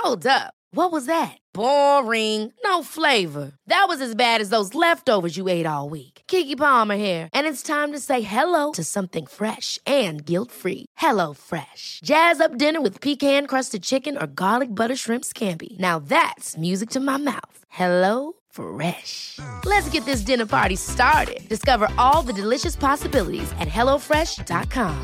Hold up. What was that? Boring. No flavor. That was as bad as those leftovers you ate all week. Keke Palmer here, and it's time to say hello to something fresh and guilt-free. Hello Fresh. Jazz up dinner with pecan-crusted chicken or garlic butter shrimp scampi. Now that's music to my mouth. Hello Fresh. Let's get this dinner party started. Discover all the delicious possibilities at hellofresh.com.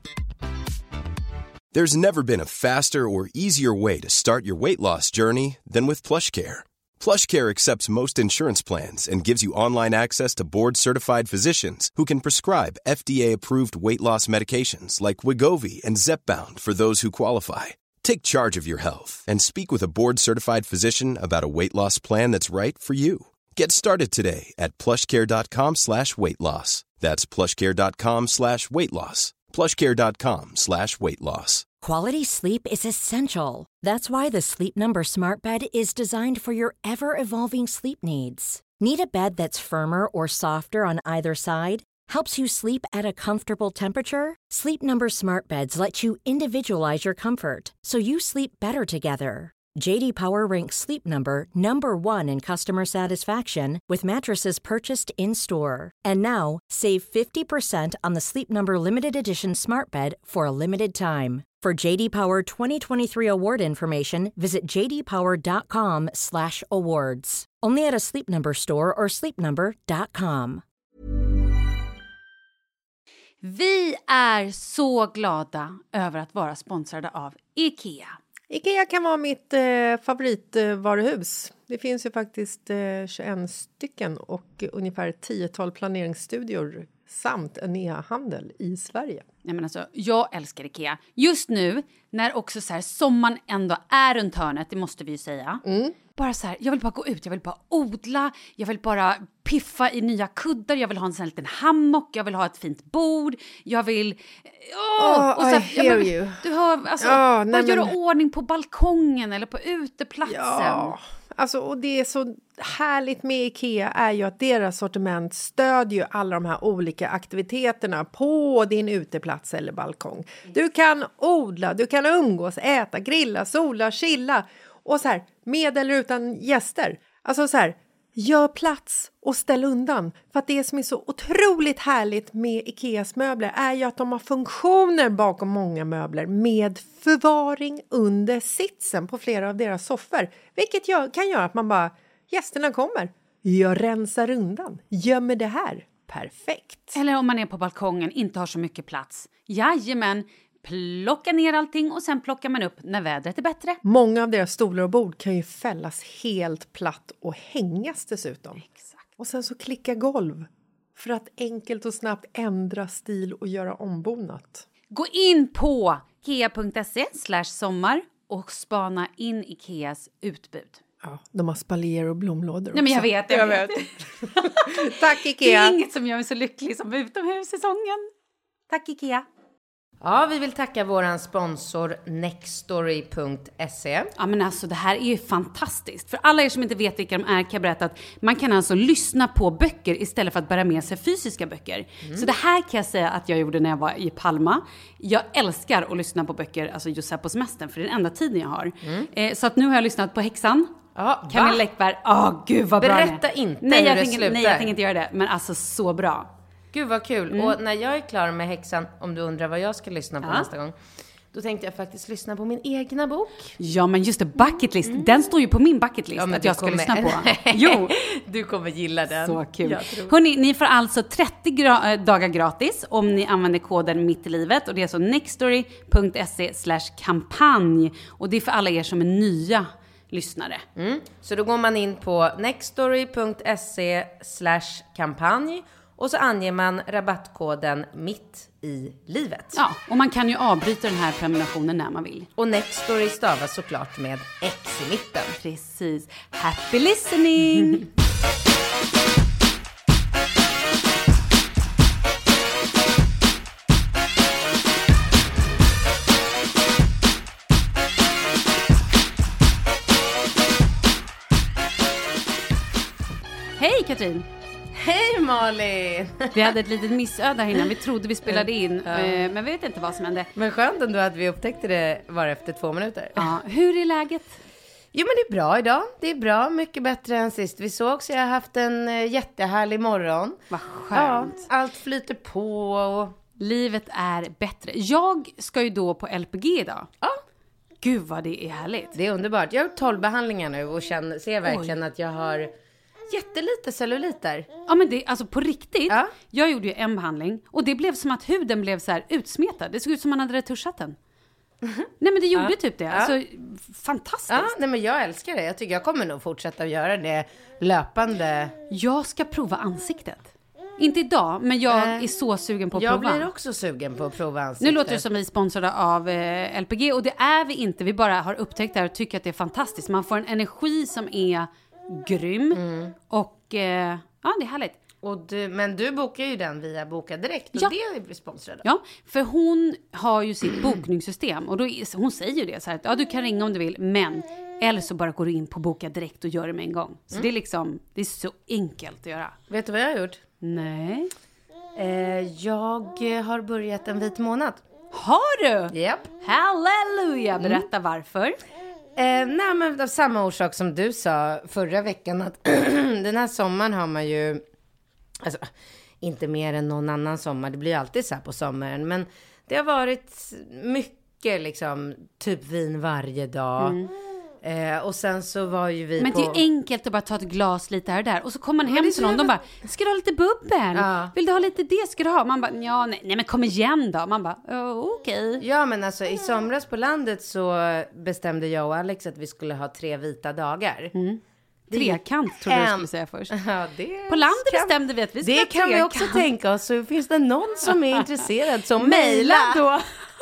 There's never been a faster or easier way to start your weight loss journey than with PlushCare. PlushCare accepts most insurance plans and gives you online access to board-certified physicians who can prescribe FDA-approved weight loss medications like Wegovy and Zepbound for those who qualify. Take charge of your health and speak with a board-certified physician about a weight loss plan that's right for you. Get started today at plushcare.com/weightloss. That's plushcare.com/weightloss. plushcare.com/weightloss. Quality sleep is essential. That's why the Sleep Number Smart Bed is designed for your ever-evolving sleep needs. Need a bed that's firmer or softer on either side? Helps you sleep at a comfortable temperature? Sleep Number Smart Beds let you individualize your comfort, so you sleep better together. J.D. Power ranks Sleep Number #1 in customer satisfaction with mattresses purchased in-store. And now, save 50% on the Sleep Number Limited Edition Smart Bed for a limited time. For J.D. Power 2023 award information, visit jdpower.com/awards. Only at a Sleep Number store or sleepnumber.com. Vi är så glada över att vara sponsrade av IKEA. IKEA kan vara mitt favoritvaruhus. Det finns ju faktiskt 21 stycken och ungefär 10-tal planeringsstudior samt en e-handel i Sverige. Nej, men alltså, jag älskar IKEA. Just nu, när också så här, sommaren ändå är runt hörnet, det måste vi ju säga. Bara så här, jag vill bara gå ut, jag vill bara odla, jag vill bara piffa i nya kuddar, jag vill ha en sån här liten hammock, jag vill ha ett fint bord, jag vill... och så här, I hear you. Du hör, alltså, bara göra ordning på balkongen eller på uteplatsen. Ja, alltså, och det är så härligt med IKEA är ju att deras sortiment stödjer ju alla de här olika aktiviteterna på din uteplats eller balkong. Du kan odla, du kan umgås, äta, grilla, sola, chilla och så här, med eller utan gäster. Alltså så här, gör plats och ställ undan. För att det som är så otroligt härligt med IKEAs möbler är ju att de har funktioner bakom många möbler med förvaring under sitsen på flera av deras soffor. Vilket kan göra att man bara, gästerna kommer, jag rensar undan, gömmer det här. Perfekt. Eller om man är på balkongen, inte har så mycket plats. Jajamän, plocka ner allting och sen plockar man upp när vädret är bättre. Många av deras stolar och bord kan ju fällas helt platt och hängas dessutom. Exakt. Och sen så klicka golv för att enkelt och snabbt ändra stil och göra ombonat. Gå in på ikea.se/sommar och spana in IKEAs utbud. Ja, de har spaljer och blomlådor. Nej, men jag vet. Tack IKEA. Det är inget som gör mig så lycklig som utomhussäsongen. Tack IKEA. Ja, vi vill tacka våran sponsor Nextory.se. Ja, men alltså det här är ju fantastiskt. För alla er som inte vet vilka de är kan jag berätta att man kan alltså lyssna på böcker istället för att bära med sig fysiska böcker. Så det här kan jag säga att jag gjorde när jag var i Palma. Jag älskar att lyssna på böcker, alltså just här på semestern, för det är den enda tiden jag har. Så att nu har jag lyssnat på Häxan. Ja, Camilla Läckberg. Gud vad bra. Berätta inte nej, hur jag det tänker, slutar. Nej, jag tänker inte göra det. Men alltså så bra. Gud vad kul. Och när jag är klar med Häxan, om du undrar vad jag ska lyssna på nästa gång, då tänkte jag faktiskt lyssna på min egna bok. Ja, men just det, bucketlist. Den står ju på min bucketlist att jag ska lyssna på. Jo, du kommer gilla den. Så kul. Hörrni, ni får alltså 30 dagar gratis om ni använder koden mitt i livet. Och det är så nextory.se/kampanj. Och det är för alla er som är nya lyssnare. Så då går man in på nextory.se/kampanj. Och så anger man rabattkoden mitt i livet. Ja, och man kan ju avbryta den här prenumerationen när man vill. Och Nextory stavas såklart med X i mitten. Precis. Happy listening! Hej Katrin! Hej Malin! Vi hade ett litet missöde här innan. Vi trodde vi spelade in, men vi vet inte vad som hände. Men skönt ändå att vi upptäckte det bara efter 2 minuter. Ja, hur är läget? Jo, men det är bra idag. Det är bra, mycket bättre än sist vi såg. Så jag har haft en jättehärlig morgon. Vad skönt. Ja, allt flyter på och... Livet är bättre. Jag ska ju då på LPG idag. Ja. Gud vad det är härligt. Det är underbart. Jag har 12 behandlingar nu och ser verkligen att jag har jättelite celluliter. Ja, men det, alltså på riktigt. Ja. Jag gjorde ju en behandling och det blev som att huden blev så här utsmetad. Det såg ut som man hade retuschat den. Nej, men det gjorde typ det. Alltså, fantastiskt. Ja, nej, men jag älskar det. Jag tycker jag kommer nog fortsätta göra det löpande. Jag ska prova ansiktet. Inte idag, men jag är så sugen på att prova. Jag blir också sugen på att prova ansiktet. Nu låter det som vi är sponsrade av LPG och det är vi inte. Vi bara har upptäckt det här och tycker att det är fantastiskt. Man får en energi som är grym och ja, det är härligt. Men du bokar ju den via Boka Direkt och det är vi sponsrade av. Ja, för hon har ju sitt bokningssystem och då, hon säger ju det så här att du kan ringa om du vill, men eller så bara går du in på Boka Direkt och gör det med en gång. Så det är liksom, det är så enkelt att göra. Vet du vad jag har gjort? Nej. Jag har börjat en vit månad. Har du? Japp. Halleluja, berätta varför. Nej, men av samma orsak som du sa förra veckan att den här sommaren har man ju, alltså inte mer än någon annan sommar, det blir ju alltid så här på sommaren, men det har varit mycket liksom typ vin varje dag. Och sen så var ju vi men det är ju enkelt att bara ta ett glas lite här och där. Och så kommer man hem till någon, de bara, ska du ha lite bubbel? Ja. Vill du ha lite det? Ska du ha? Man bara, ja, nej men kom igen då. Man bara, okej. Ja, men alltså i somras på landet så bestämde jag och Alex att vi skulle ha 3 vita dagar. Trekant tror jag skulle säga först. Ja, på landet bestämde vi att vi skulle ha det kan vi också tänka oss. Så finns det någon som är intresserad så mejla då.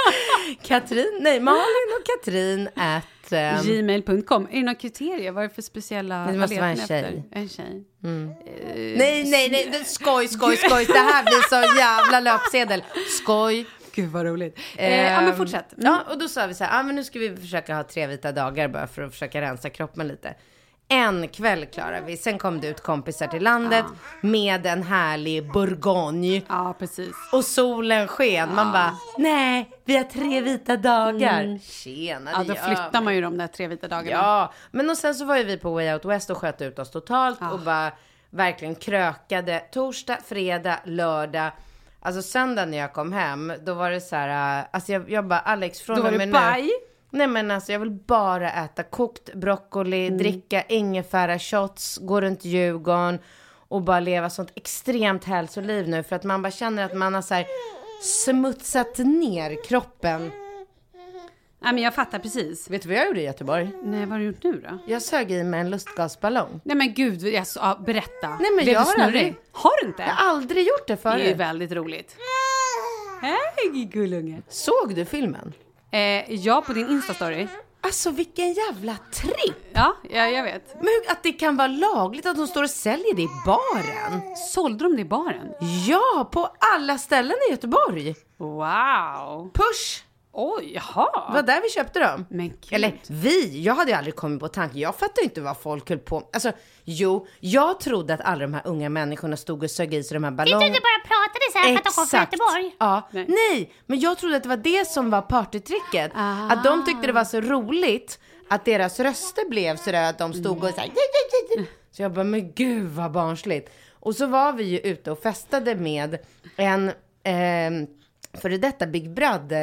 Malin och Katrin gmail.com. Är det några kriterier? Vad är det för speciella? Det måste vara en tjej. En tjej. Nej. Skoj. Det här blir så jävla löpsedel. Skoj. Gud vad roligt. Ja, men fortsätt. Ja, och då sa vi så här, men nu ska vi försöka ha 3 vita dagar bara för att försöka rensa kroppen lite. En kväll klarar vi. Sen kom det ut kompisar till landet med en härlig Bourgogne. Ja, precis. Och solen sken. Man bara, nej, vi har 3 vita dagar. Tjena, ja, då flyttar man ju de där 3 vita dagarna. Ja, men och sen så var ju vi på Way Out West och sköt ut oss totalt. Och bara verkligen krökade. Torsdag, fredag, lördag. Alltså söndag när jag kom hem, då var det så här, alltså jag bara, Alex, från då var och det med baj. nu. Nej, men alltså jag vill bara äta kokt broccoli, dricka ingefära shots, gå runt Djurgården och bara leva sånt extremt hälsoliv nu, för att man bara känner att man har så här smutsat ner kroppen. Nej, men jag fattar precis. Vet du vad jag gjorde i Göteborg? Nej, vad har du gjort nu då? Jag sög i mig en lustgasballong. Nej, men gud, berätta. Nej, men jag har du inte? Jag har aldrig gjort det förut. Det är ju väldigt roligt. Hej, gullunge. Såg du filmen? Ja, på din Insta-story. Alltså vilken jävla tripp. Ja, jag vet. Men att det kan vara lagligt att de står och säljer det i baren. Sålde de det i baren? Ja, på alla ställen i Göteborg. Wow. Push. Oj, jaha. Det var där vi köpte dem. Men gud. Eller jag hade ju aldrig kommit på tanken. Jag fattar inte vad folk höll på. Alltså, jag trodde att alla de här unga människorna stod och sög i sig de här ballongerna. Du bara pratade så här för att de kom från Göteborg. Ja. Nej, men jag trodde att det var det som var partytricket. Att de tyckte det var så roligt att deras röster blev sådär att de stod och så här. Så jag bara, men gud vad barnsligt. Och så var vi ju ute och festade med en före detta Big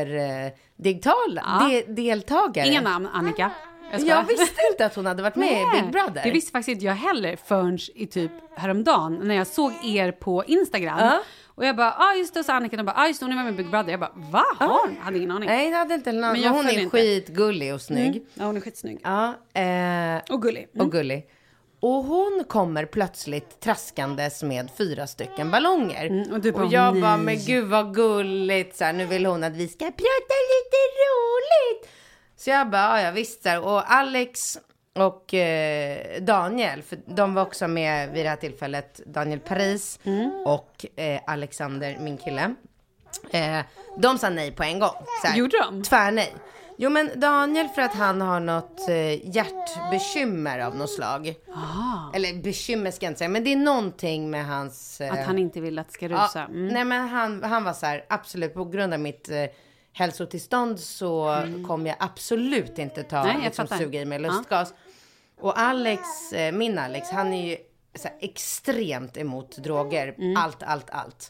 Brother deltagare. Inga namn, Annika. Jag visste inte att hon hade varit med i Big Brother. Det visste faktiskt inte jag heller förrän i typ häromdagen när jag såg er på Instagram. Och jag bara, just det, så Annika, de bara, just det, hon är med i Big Brother. Jag bara, va? Hade ingen aning. Nej, jag hade inte någon. Men hon är skitgullig och snygg. Ja, hon är skitsnygg. Ja, och gullig. Och gullig. Och hon kommer plötsligt traskandes med 4 stycken ballonger. Och, du bara, och jag bara, men gud vad gulligt. Så här, nu vill hon att vi ska prata lite roligt. Så jag bara, ja visst. Så här, och Alex och Daniel, för de var också med vid det här tillfället. Daniel Paris och Alexander, min kille. De sa nej på en gång. Så här, gjorde de? Tvärnej. Jo, men Daniel för att han har något hjärtbekymmer av något slag. Eller bekymmer ska jag inte säga, men det är någonting med hans... Att han inte vill att det ska rusa. Nej, men han var så här, absolut på grund av mitt hälsotillstånd så kommer jag absolut inte suga i mig lustgas. Och min Alex, han är ju så här, extremt emot droger. Allt.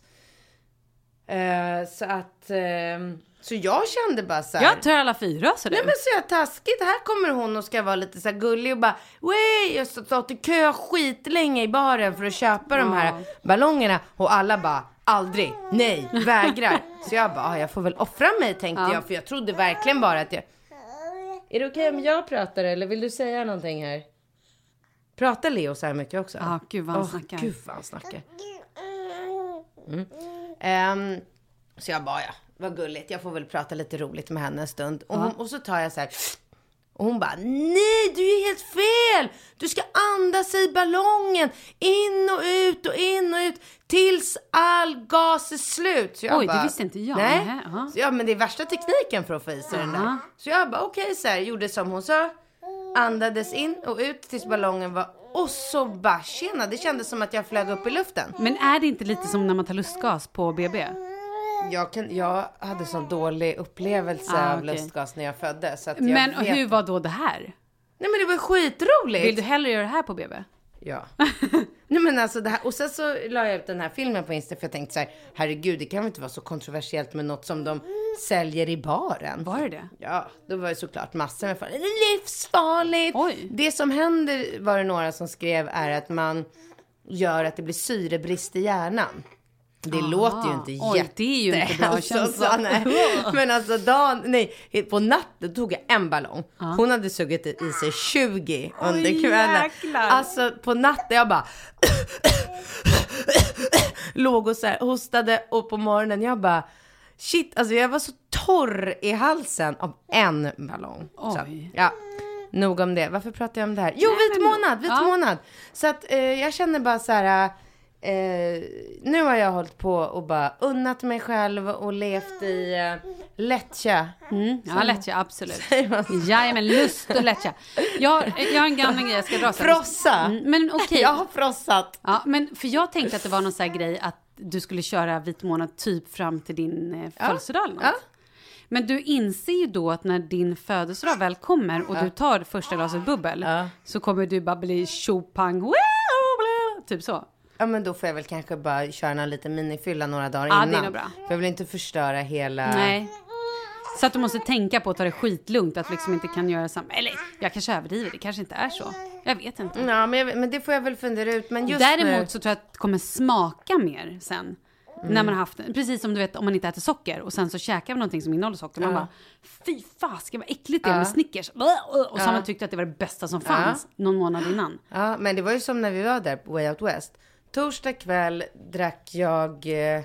Så jag kände bara så här. Jag tar alla 4 så det. Nej men så jag taskigt. Här kommer hon och ska vara lite så här gullig och bara jag har stått i kö skitlänge i baren för att köpa de här ballongerna. Och alla bara, aldrig, nej, vägrar. Så jag bara, jag får väl offra mig, tänkte jag. För jag trodde verkligen bara att jag... Är det okej om jag pratar eller vill du säga någonting här? Pratar Leo så här mycket också? Ja, gud vad han snackar. Gud vad han snackar. Så jag bara, vad gulligt. Jag får väl prata lite roligt med henne en stund. Och så tar jag så här... Och hon bara, nej, du är helt fel. Du ska andas i ballongen. In och ut. Tills all gas är slut. Så jag bara, det visste inte jag. Nej. Så men det är värsta tekniken för att få i sig den där. Så jag bara, okej, så här, gjorde som hon sa. Andades in och ut tills ballongen var... Och så bara, tjena, det kändes som att jag flög upp i luften. Men är det inte lite som när man tar lustgas på BB? Jag hade sån dålig upplevelse av lustgas när jag föddes. Så att hur var då det här? Nej men det var skitroligt. Vill du hellre göra det här på BB? Ja. Nej men alltså det här. Och sen så la jag ut den här filmen på Insta. För jag tänkte så här, herregud, det kan väl inte vara så kontroversiellt med något som de säljer i baren. Var det? Ja, då var det såklart massor med fall. Det är livsfarligt. Oj. Det som händer, var det några som skrev, är att man gör att det blir syrebrist i hjärnan. Det låter ju inte det är ju inte bra känsla. Men alltså på natten tog jag en ballong. Hon hade sugit i sig 20 under kvällen. Jäklar. Alltså på natten jag bara låg och så här hostade, och på morgonen jag bara shit, alltså jag var så torr i halsen av en ballong. Så, ja. Nog om det. Varför pratar jag om det här? Jo, vit månad. Så att jag känner bara så här... nu har jag hållit på och bara unnat mig själv och levt i lättja. Ja, lättja, absolut. Ja, men lust och lättja. Jag har en gammal grej jag ska dra sen. Frossa. Men okej. Jag har frossat. Ja, men för jag tänkte att det var någon sån här grej att du skulle köra vit månad typ fram till din födelsedag. Ja. Men du inser ju då att när din födelsedag väl kommer och du tar första glaset bubbel så kommer du bara bli tjopang. Typ så. Ja, men då får jag väl kanske bara köra en liten minifylla några dagar innan. Det är nog bra. För jag vill inte förstöra hela... Nej. Så att du måste tänka på att ta det skitlugnt. Att liksom inte kan göra samma... Eller jag kanske överdriver, det kanske inte är så. Jag vet inte. Ja, men det får jag väl fundera ut. Men just däremot så tror jag att det kommer smaka mer sen. När man har haft... Precis som du vet, om man inte äter socker. Och sen så käkar man någonting som innehåller socker. Man bara, fy fasken vad äckligt det är med Snickers. Och så har man tyckt att det var det bästa som fanns någon månad innan. Ja, men det var ju som när vi var där på Way Out West. Torsdag kväll drack jag...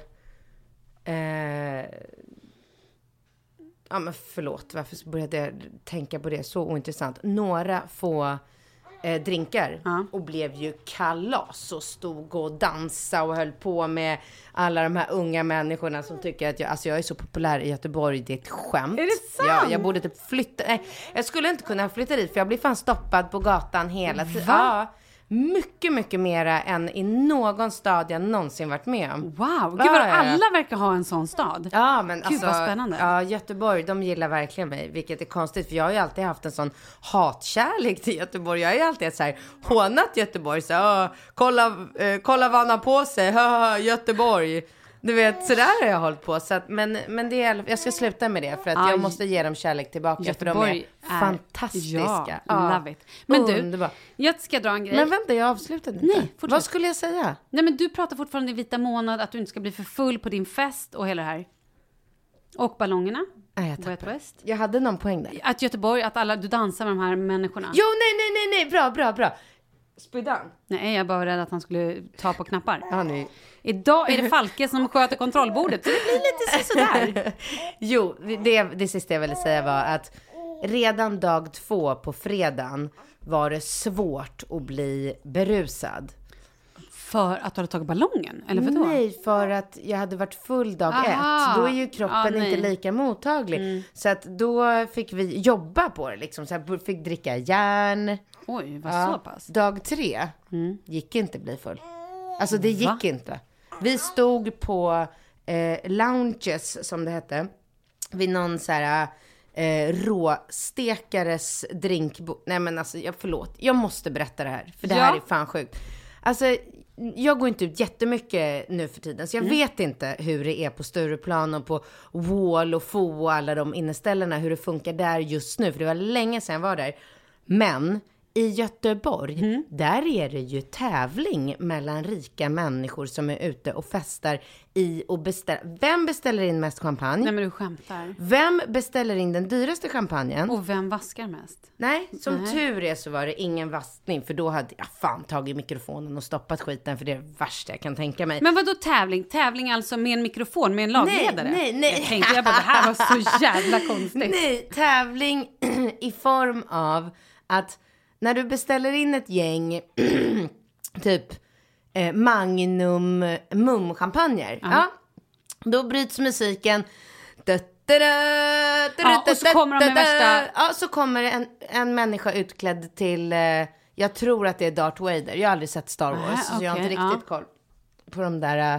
ja, men förlåt. Varför började jag tänka på det? Så ointressant. Några få drinkar. Och blev ju kalas. Och stod och dansade och höll på med alla de här unga människorna som tycker att jag är så populär i Göteborg. Det är ett skämt. Är det sant? Ja, jag borde typ flytta. Nej, jag skulle inte kunna flytta dit. För jag blir fan stoppad på gatan hela tiden. Ja. Mycket, mycket mera än i någon stad jag någonsin varit med om. Wow, gud vad alla verkar ha en sån stad. Ja, men gud, alltså, vad spännande. Ja, Göteborg, de gillar verkligen mig. Vilket är konstigt, för jag har ju alltid haft en sån hatkärlek till Göteborg. Jag har ju alltid så här hånat Göteborg. Så, kolla vad han har på sig, Göteborg. Du vet, sådär har jag hållit på. Så att, men det är, jag ska sluta med det. För att jag måste ge dem kärlek tillbaka. Göteborg för de är fantastiska. Ja, love it. Men underbar. Du, jag ska dra en grej. Men vänta, jag avslutade inte. Nej, fortsätt. Vad skulle jag säga? Nej, men du pratar fortfarande i vita månad. Att du inte ska bli för full på din fest och hela det här. Och ballongerna. West. Jag hade någon poäng där. Att Göteborg, att alla, du dansar med de här människorna. Jo, nej. Bra. Spyddan. Nej, jag bara var rädd att han skulle ta på knappar. Ja, nej. Idag är det Falke som sköter kontrollbordet. Så det blir lite sådär. Jo, det sista jag ville säga var att redan dag 2 på fredagen var det svårt att bli berusad. För att du hade tagit ballongen? Eller vadå? Nej, för att jag hade varit full dag 1. Då är ju kroppen inte lika mottaglig. Så att då fick vi jobba på det liksom. Så jag fick dricka järn. Oj, vad så pass. Dag 3 gick inte bli full. Alltså det gick inte. Vi stod på lounges som det hette. vid någon så här råstekares drinkbord. Nej men alltså, förlåt. Jag måste berätta det här. För det här är fan sjukt. Alltså, jag går inte ut jättemycket nu för tiden. Så jag vet inte hur det är på Stureplan och på Wall och Fo och alla de inneställena. Hur det funkar där just nu. För det var länge sedan jag var där. Men i Göteborg, där är det ju tävling mellan rika människor som är ute och festar i och beställer. Vem beställer in mest champagne? Nej men du skämtar. Vem beställer in den dyraste champagnen? Och vem vaskar mest? Nej, som tur är så var det ingen vaskning. För då hade jag fan tagit mikrofonen och stoppat skiten. För det är det värsta jag kan tänka mig. Men vad då tävling? Tävling alltså med en mikrofon, med en lagledare? Nej. Jag tänkte det här var så jävla konstigt. Nej, tävling i form av att när du beställer in ett gäng typ Magnum mumchampagner, då bryts musiken. Och så kommer de med värsta... Ja, så kommer en människa utklädd till, jag tror att det är Darth Vader. Jag har aldrig sett Star Wars, så jag har inte riktigt koll på de där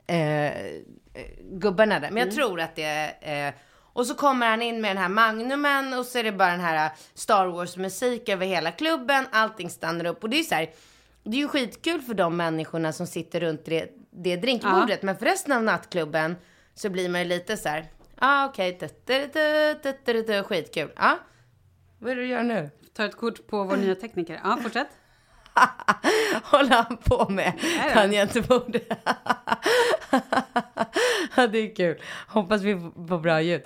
gubbarna där. Men jag tror att det är... Och så kommer han in med den här magnumen och så är det bara den här Star Wars-musik över hela klubben. Allting stannar upp. Och det är så här, det är ju skitkul för de människorna som sitter runt det drinkbordet. Men för resten av nattklubben så blir man ju lite så här, okej. Skitkul. Vad är det du gör nu? Ta ett kort på vår nya tekniker. Ja, fortsätt. Håller han på med tangentbordet. Ja, det är kul. Hoppas vi får bra ljud.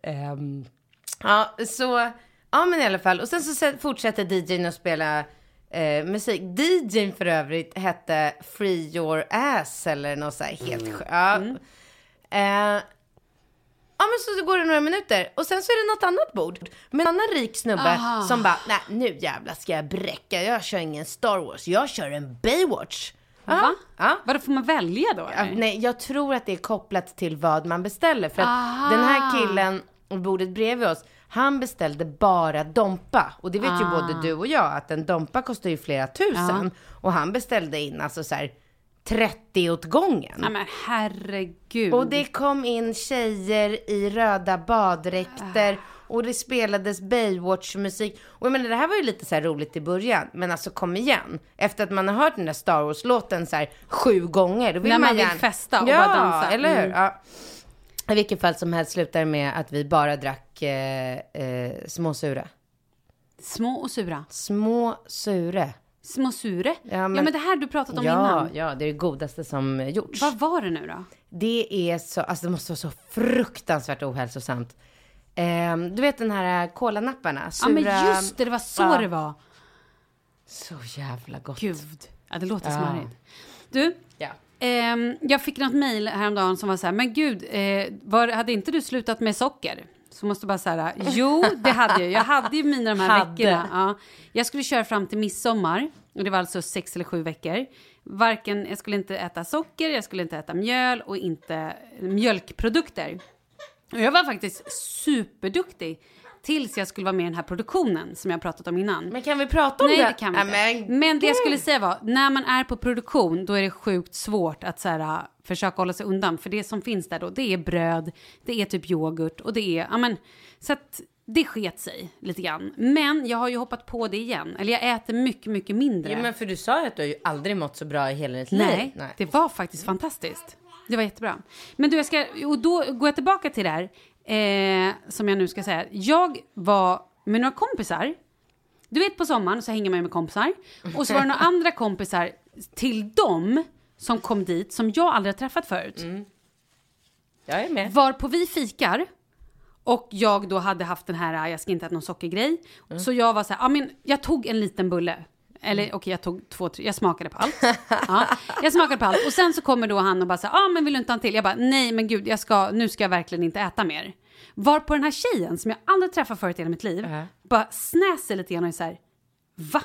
Men i alla fall. Och sen så fortsätter DJn att spela musik. DJn för övrigt hette Free Your Ass eller något så här helt men så går det några minuter. Och sen så är det något annat bord. Men en annan rik snubbe som bara, nej nu jävla ska jag bräcka. Jag kör ingen Star Wars. Jag kör en Baywatch. Va? Vad får man välja då? Nej, jag tror att det är kopplat till vad man beställer. För att den här killen, bordet bredvid oss, han beställde bara dompa. Och det vet ju både du och jag, att en dompa kostar ju flera tusen. Och han beställde in alltså så här 30 åt gången. Nej men herregud. Och det kom in tjejer i röda baddräkter. Och det spelades Baywatch-musik. Och jag menar, det här var ju lite så här roligt i början. Men alltså kom igen. Efter att man har hört den där Star Wars-låten så här 7 gånger. Då vill när man vill festa och bara dansa. Eller hur? Ja. I vilket fall som helst slutar med att vi bara drack små sura. Små och sura? Små sure. Små sure? Ja, men det här du pratat om innan. Ja, det är det godaste som gjorts. Vad var det nu då? Det är så, alltså det måste vara så fruktansvärt ohälsosamt. Du vet den här kolanapparna. Ja men just det, det var så det var. Så jävla gott. Gud, det låter smarrigt. Du, jag fick något mejl häromdagen som var så här, men gud, hade inte du slutat med socker? Så måste bara säga, jo det hade jag. Jag hade ju mina de här veckorna. Ja. Jag skulle köra fram till midsommar. Och det var alltså 6 eller 7 veckor. Jag skulle inte äta socker, jag skulle inte äta mjöl och inte mjölkprodukter. Och jag var faktiskt superduktig tills jag skulle vara med i den här produktionen som jag pratat om innan. Men kan vi prata om det? Nej, det kan vi inte. Men det jag skulle säga var, när man är på produktion, då är det sjukt svårt att så här, försöka hålla sig undan. För det som finns där då, det är bröd, det är typ yoghurt och det är, så att det sket sig lite grann. Men jag har ju hoppat på det igen. Eller jag äter mycket, mycket mindre. Ja, men för du sa ju att du har ju aldrig mått så bra i hela ditt liv. Nej, det var faktiskt fantastiskt. Det var jättebra. Men du, och då går jag tillbaka till det här. Som jag nu ska säga. Jag var med några kompisar. Du vet, på sommaren så hänger man med kompisar. Och så var det några andra kompisar till dem som kom dit som jag aldrig har träffat förut. Jag är med. Varpå vi fikar. Och jag då hade haft den här, jag ska inte äta någon sockergrej. Så jag var så här, jag tog en liten bulle. Eller okej, jag tog 2-3, jag smakade på allt. Jag smakade på allt. Och sen så kommer då han och bara säger, men vill du inte ha en till? Jag bara, nej men gud, nu ska jag verkligen inte äta mer. Var på den här tjejen som jag aldrig träffat förut i hela mitt liv, bara snäser lite grann och är så här, va?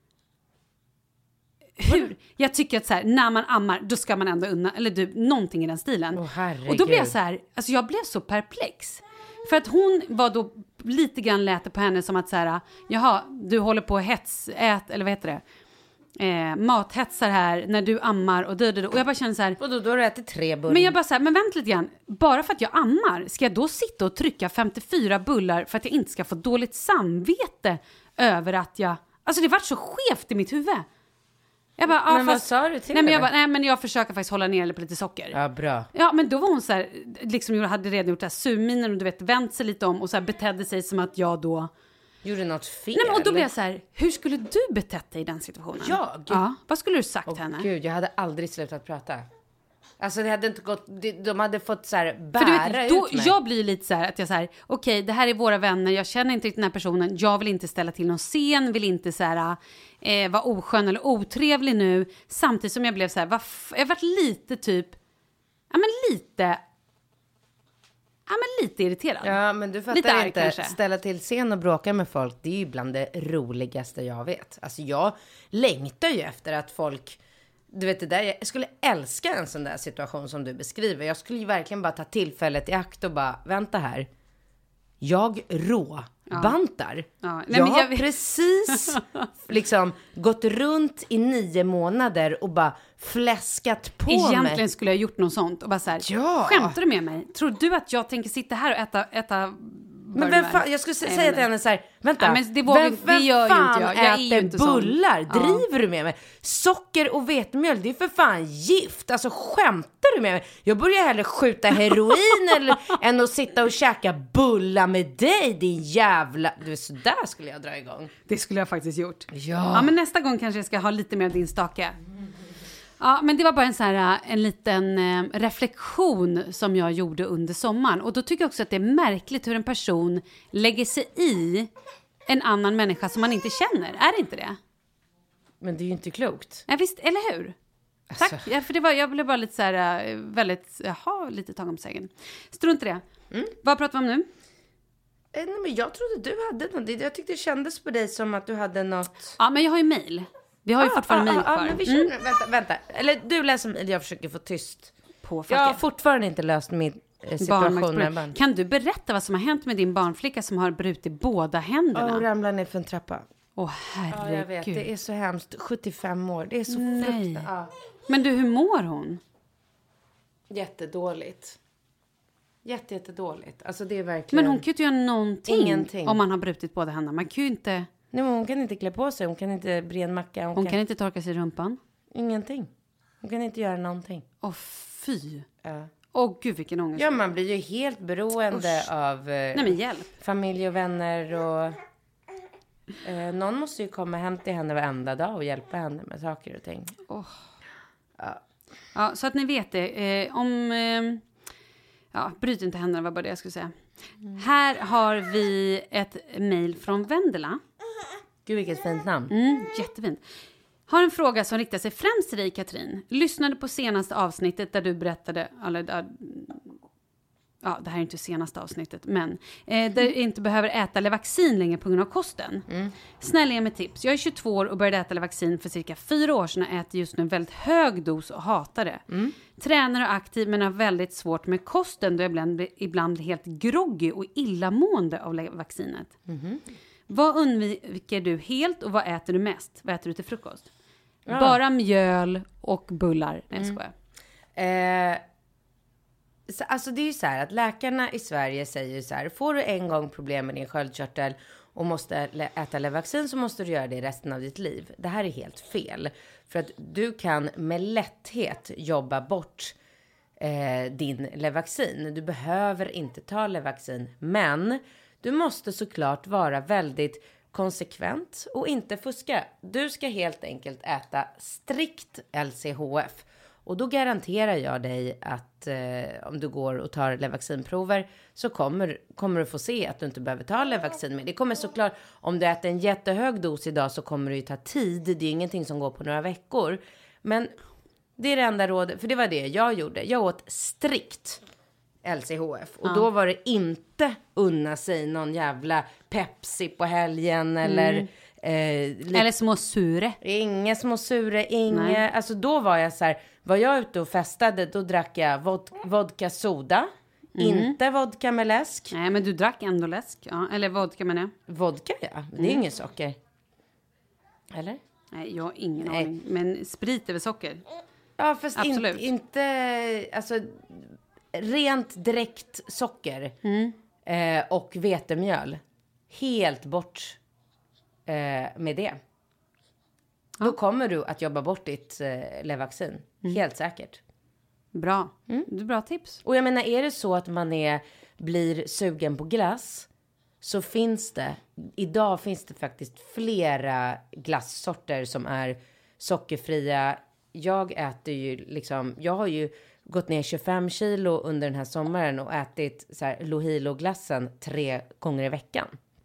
Hur? Jag tycker att så här, när man ammar, då ska man ändå unna, eller någonting i den stilen. Och då blev jag så här, alltså jag blev så perplex. För att hon var då lite grann lät på henne som att så här, jaha, du håller på att eller vad heter det? mathetsar här när du ammar och och jag bara känner så här. Och då har du ätit 3 bullar. Men jag bara så här, men vänta lite grann. Bara för att jag ammar, ska jag då sitta och trycka 54 bullar för att jag inte ska få dåligt samvete över att jag... Alltså det vart så skevt i mitt huvud. Jag bara, men vad sa du till henne? Nej, men jag försöker faktiskt hålla ner på lite socker. Ja, bra. Ja, men då var hon så här, liksom hade redan gjort det här surminen och du vet, vänt sig lite om och så här betedde sig som att jag då... Gjorde något fel? Nej, men och då blev jag så här, hur skulle du betett dig i den situationen? Jag? Ja, vad skulle du sagt henne? Gud, jag hade aldrig slutat prata. Alltså det hade inte gått, de hade fått så här bära för du vet, då, ut mig. Jag blir lite så här att jag så här, okej, det här är våra vänner, jag känner inte riktigt den här personen, jag vill inte ställa till någon scen, vill inte så här vara oskön eller otrevlig nu, samtidigt som jag blev så här, jag varit lite typ, lite irriterad. Ja, men du fattar inte, kanske. Ställa till scen och bråka med folk, det är ju bland det roligaste jag vet. Alltså jag längtar ju efter att folk, du vet det där, jag skulle älska en sån där situation som du beskriver. Jag skulle ju verkligen bara ta tillfället i akt och bara, vänta här. Jag bantar. Ja. Jag har precis liksom gått runt i 9 månader och bara fläskat på mig. Egentligen skulle jag gjort något sånt och bara så här, skämtar du med mig? Tror du att jag tänker sitta här och äta men vem fan, jag skulle säga till henne så här, vänta, men det gör ju inte jag. Jag äter inte bullar? Sån. Driver du med mig? Socker och vetemjöl, det är för fan gift. Alltså skämtar du med mig? Jag börjar hellre skjuta heroin än att sitta och käka bullar med dig, din jävla... Du, så där skulle jag dra igång. Det skulle jag faktiskt gjort. Ja, men nästa gång kanske jag ska ha lite mer av din stake. Ja, men det var bara en liten reflektion som jag gjorde under sommaren. Och då tycker jag också att det är märkligt hur en person lägger sig i en annan människa som man inte känner. Är det inte det? Men det är ju inte klokt. Ja, visst, eller hur? Alltså. Tack, ja, för jag blev bara lite så här, väldigt, lite tagen på sägen. Strunt i det. Vad pratar vi om nu? Nej, men jag trodde du hade något. Jag tyckte det kändes på dig som att du hade något... Ja, men jag har ju mejl. Vi har ju fortfarande mejl kvar. Men vi kör vänta. Eller du läser mejl, jag försöker få tyst. Jag har fortfarande inte löst min situation med barn. Kan du berätta vad som har hänt med din barnflicka som har brutit båda händerna? Och ramlar ner för en trappa. Herregud. Ja, jag vet. Det är så hemskt. 75 år. Det är så fruktansvärt. Ja. Men du, hur mår hon? Jättedåligt. Jättedåligt. Alltså det är verkligen... Men hon kan ju inte göra någonting. Ingenting. Om man har brutit båda händerna. Man kan ju inte... Nej, men hon kan inte klä på sig. Hon kan inte bre en macka. Hon kan inte torka sig i rumpan. Ingenting. Hon kan inte göra någonting. Fy. Ja. Gud, vilken ångest. Ja, man blir ju helt beroende av Nej, men hjälp. Familj och vänner och... någon måste ju komma hem till henne varenda dag och hjälpa henne med saker och ting. Ja, så att ni vet det. Bryt inte händerna, var bara det jag skulle säga. Här har vi ett mejl från Vendela. Gud, vilket fint namn. Jättefint. Har en fråga som riktar sig främst till dig, Katrin. Lyssnade på senaste avsnittet där du berättade... det här är inte senaste avsnittet, men där du inte behöver äta Levaxin längre på grund av kosten. Snälla ge mig tips. Jag är 22 år och började äta Levaxin för cirka 4 år sedan och äter just nu en väldigt hög dos och hatar det. Tränar och aktiv men har väldigt svårt med kosten då jag ibland blir helt groggy och illamående av Levaxinet. Vad undviker du helt och vad äter du mest? Vad äter du till frukost? Bara mjöl och bullar. Nej, jag skojar. Alltså det är ju så här att läkarna i Sverige säger så här: får du en gång problem med din sköldkörtel och måste äta Levaxin så måste du göra det resten av ditt liv. Det här är helt fel. För att du kan med lätthet jobba bort din Levaxin. Du behöver inte ta Levaxin, men du måste såklart vara väldigt konsekvent och inte fuska. Du ska helt enkelt äta strikt LCHF. Och då garanterar jag dig att om du går och tar Levaxinprover så kommer du få se att du inte behöver ta Levaxin med. Det kommer såklart, om du äter en jättehög dos idag så kommer det ju ta tid. Det är ingenting som går på några veckor. Men det är det enda rådet, för det var det jag gjorde. Jag åt strikt LCHF. Och då var det inte unna sig någon jävla Pepsi på helgen eller... eller små sure. Inga små sure, inga... Alltså då var jag så här... Var jag ute och festade, då drack jag vodka soda. Inte vodka med läsk. Nej, men du drack ändå läsk. Ja, eller vodka med det. Vodka, ja. Det är inget socker. Eller? Nej, jag har ingen aning. Men sprit är väl socker? Ja, fast Absolut. inte alltså, rent direkt socker och vetemjöl. Helt bort med det. Då kommer du att jobba bort ditt Levaxin. Helt säkert. Bra. Det är bra tips. Och jag menar, är det så att man blir sugen på glass, så idag finns det faktiskt flera glassorter som är sockerfria. Jag har ju gått ner 25 kilo under den här sommaren och ätit så här Lohilo-glassen 3 gånger i veckan.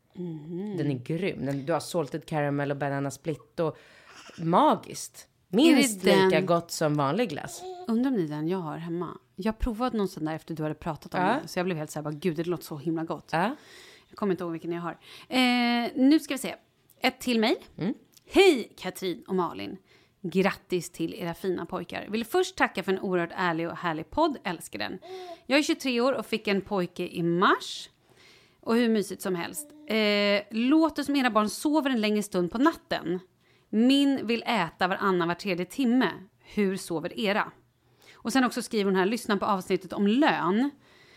Den är grym. Du har salted caramel och banana split och magiskt. Minst lika gott som vanlig glass. Undrar om det är den jag har hemma. Jag provade någon sån där efter du hade pratat om det. Så jag blev helt så här, gud, det låter så himla gott. Jag kommer inte ihåg vilken jag har. Nu ska vi se. Ett till mejl. Hej Katrin och Malin. Grattis till era fina pojkar. Vill först tacka för en oerhört ärlig och härlig podd. Älskar den. Jag är 23 år och fick en pojke i mars. Och hur mysigt som helst. Låter som era barn sover en längre stund på natten. Min vill äta var tredje timme. Hur sover era? Och sen också skriver hon här, lyssna på avsnittet om lön.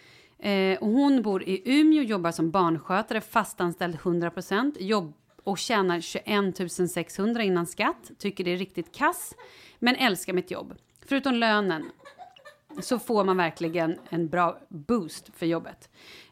Och hon bor i Umeå, jobbar som barnskötare, fastanställd 100%. Jobb och tjänar 21 600 innan skatt. Tycker det är riktigt kass. Men älskar mitt jobb. Förutom lönen så får man verkligen en bra boost för jobbet.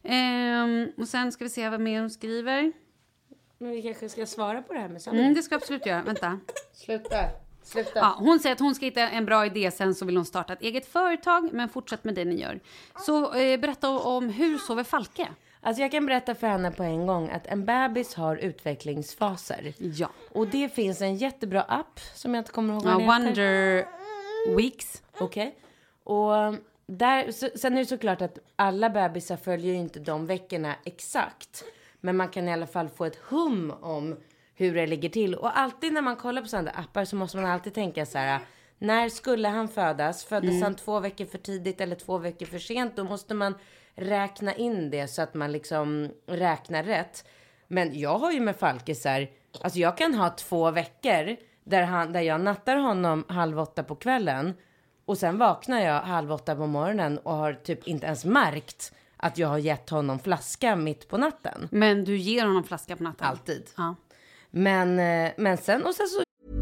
Och sen ska vi se vad mer hon skriver. Men vi kanske ska svara på det här med samma. Det ska absolut göra. Vänta. Sluta. Ja, hon säger att hon ska hitta en bra idé. Sen så vill hon starta ett eget företag. Men fortsätt med det ni gör. Så berätta om hur sover Falke. Alltså jag kan berätta för henne på en gång att en bebis har utvecklingsfaser. Ja. Och det finns en jättebra app som jag inte kommer ihåg vad Wonder Weeks. Okej. Och sen är det såklart att alla bebisar följer ju inte de veckorna exakt. Men man kan i alla fall få ett hum om hur det ligger till. Och alltid när man kollar på sådana appar så måste man alltid tänka så här: när skulle han födas? Föddes han 2 veckor för tidigt eller 2 veckor för sent? Då måste man räkna in det så att man liksom räknar rätt. Men jag har ju med Falke så här, alltså jag kan ha 2 veckor där jag nattar honom 7:30 på kvällen. Och sen vaknar jag 7:30 på morgonen och har typ inte ens märkt att jag har gett honom flaska mitt på natten. Men du ger honom flaska på natten? Alltid. Ja. Men sen så...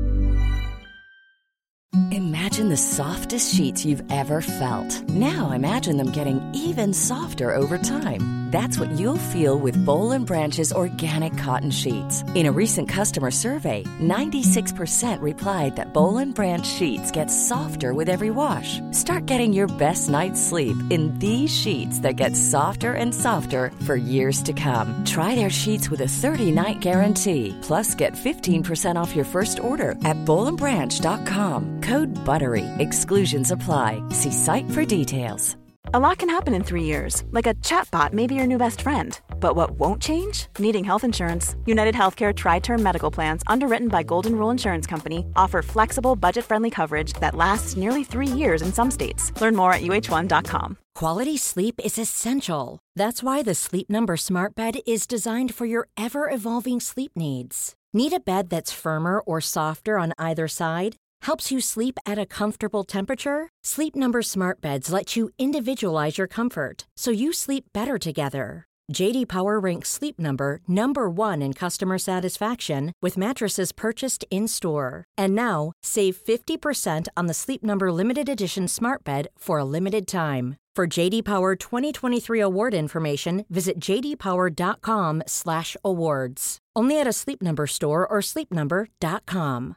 Imagine the softest sheets you've ever felt. Now imagine them getting even softer over time. That's what you'll feel with Boll & Branch's organic cotton sheets. In a recent customer survey, 96% replied that Boll & Branch sheets get softer with every wash. Start getting your best night's sleep in these sheets that get softer and softer for years to come. Try their sheets with a 30-night guarantee. Plus, get 15% off your first order at bollandbranch.com. Code BUTTERY. Exclusions apply. See site for details. A lot can happen in 3 years, like a chatbot may be your new best friend. But what won't change? Needing health insurance. United Healthcare Tri-Term Medical Plans, underwritten by Golden Rule Insurance Company, offer flexible, budget-friendly coverage that lasts nearly 3 years in some states. Learn more at uh1.com. Quality sleep is essential. That's why the Sleep Number Smart Bed is designed for your ever-evolving sleep needs. Need a bed that's firmer or softer on either side? Helps you sleep at a comfortable temperature? Sleep Number Smart Beds let you individualize your comfort, so you sleep better together. JD Power ranks Sleep Number #1 in customer satisfaction with mattresses purchased in-store. And now, save 50% on the Sleep Number Limited Edition Smart Bed for a limited time. For JD Power 2023 award information, visit jdpower.com/awards. Only at a Sleep Number store or sleepnumber.com.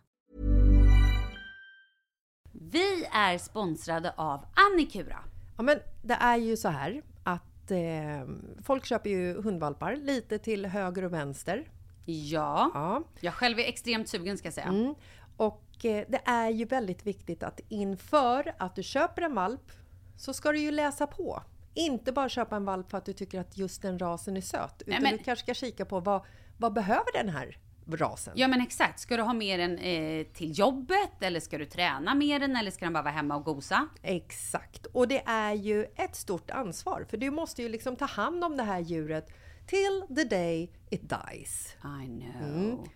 Vi är sponsrade av Annikura. Ja, men det är ju så här att folk köper ju hundvalpar lite till höger och vänster. Ja. Jag själv är extremt sugen, ska jag säga. Och det är ju väldigt viktigt att inför att du köper en valp så ska du ju läsa på. Inte bara köpa en valp för att du tycker att just den rasen är söt. Utan du kanske ska kika på vad behöver den här rasen. Ja, men exakt. Ska du ha med den till jobbet? Eller ska du träna med den? Eller ska den bara vara hemma och gosa? Exakt. Och det är ju ett stort ansvar. För du måste ju liksom ta hand om det här djuret till the day it dies. I know.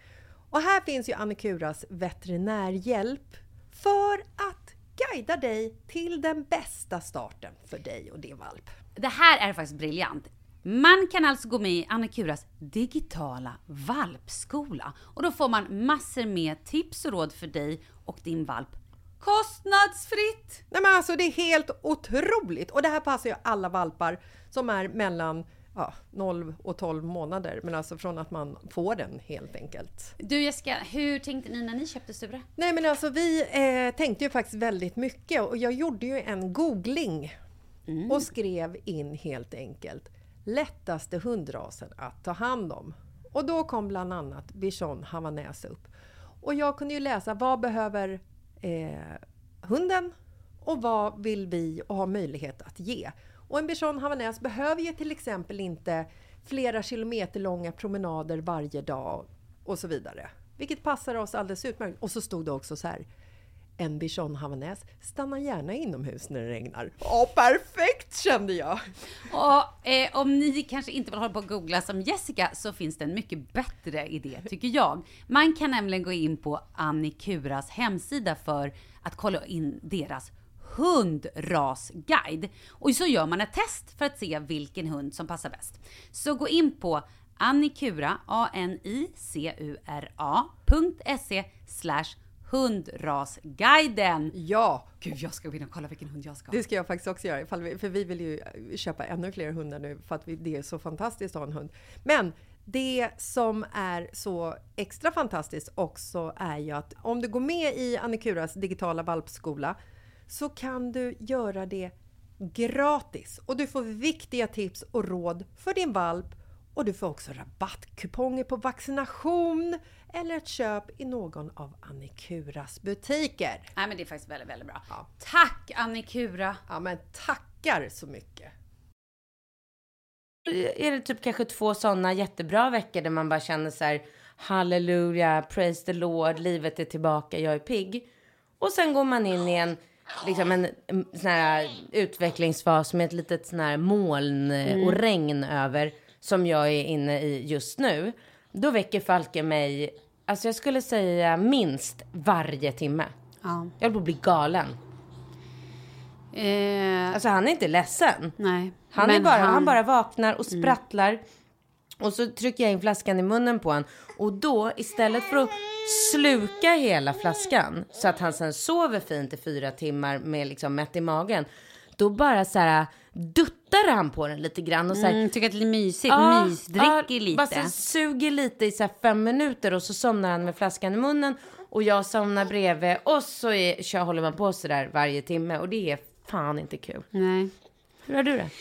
Och här finns ju Annikuras veterinärhjälp för att guida dig till den bästa starten för dig och din valp. Det här är faktiskt briljant. Man kan alltså gå med i Annikuras digitala valpskola. Och då får man massor med tips och råd för dig och din valp. Kostnadsfritt! Nej men alltså det är helt otroligt. Och det här passar ju alla valpar som är mellan 0 och 12 månader. Men alltså från att man får den helt enkelt. Du Jessica, hur tänkte ni när ni köpte Sura? Nej men alltså vi tänkte ju faktiskt väldigt mycket. Och jag gjorde ju en googling. Och skrev in helt enkelt lättaste hundrasen att ta hand om. Och då kom bland annat Bichon Havanäs upp. Och jag kunde ju läsa vad behöver hunden och vad vill vi och ha möjlighet att ge. Och en Bichon Havanäs behöver ju till exempel inte flera kilometer långa promenader varje dag och så vidare. Vilket passar oss alldeles utmärkt. Och så stod det också så här. En Bichon Havanäs stannar gärna inomhus när det regnar. Perfekt kände jag! Och om ni kanske inte vill hålla på att googla som Jessica så finns det en mycket bättre idé tycker jag. Man kan nämligen gå in på Annikuras hemsida för att kolla in deras hundrasguide. Och så gör man ett test för att se vilken hund som passar bäst. Så gå in på Annikura, anicura.se/hundrasguiden. Ja! Gud, jag ska gå in och kolla vilken hund jag ska ha. Det ska jag faktiskt också göra. För vi vill ju köpa ännu fler hundar nu. För att det är så fantastiskt att ha en hund. Men det som är så extra fantastiskt också är ju att om du går med i Annikuras digitala valpskola så kan du göra det gratis. Och du får viktiga tips och råd för din valp. Och du får också rabattkuponger på vaccination eller ett köp i någon av Annikuras butiker. Nej, men det är faktiskt väldigt, väldigt bra. Ja. Tack Annikura! Ja, men tackar så mycket. Är det typ kanske 2 sådana jättebra veckor där man bara känner så här: halleluja, praise the Lord, livet är tillbaka, jag är pigg. Och sen går man in i en sån här utvecklingsfas med ett litet sån här moln och regn över som jag är inne i just nu. Då väcker Falken mig, alltså jag skulle säga minst varje timme. Ja. Jag håller på att bli galen. Alltså han är inte ledsen. Nej. Han bara vaknar och sprattlar. Och så trycker jag in flaskan i munnen på han. Och då istället för att sluka hela flaskan så att han sen sover fint i 4 timmar med liksom mätt i magen. Då bara så här duttar han på den lite grann och så här, tycker att det är mysigt, dricker lite. Bara så suger lite i så här 5 minuter och så somnar han med flaskan i munnen och jag somnar bredvid och så håller man på så där varje timme och det är fan inte kul. Nej. Hur har du det?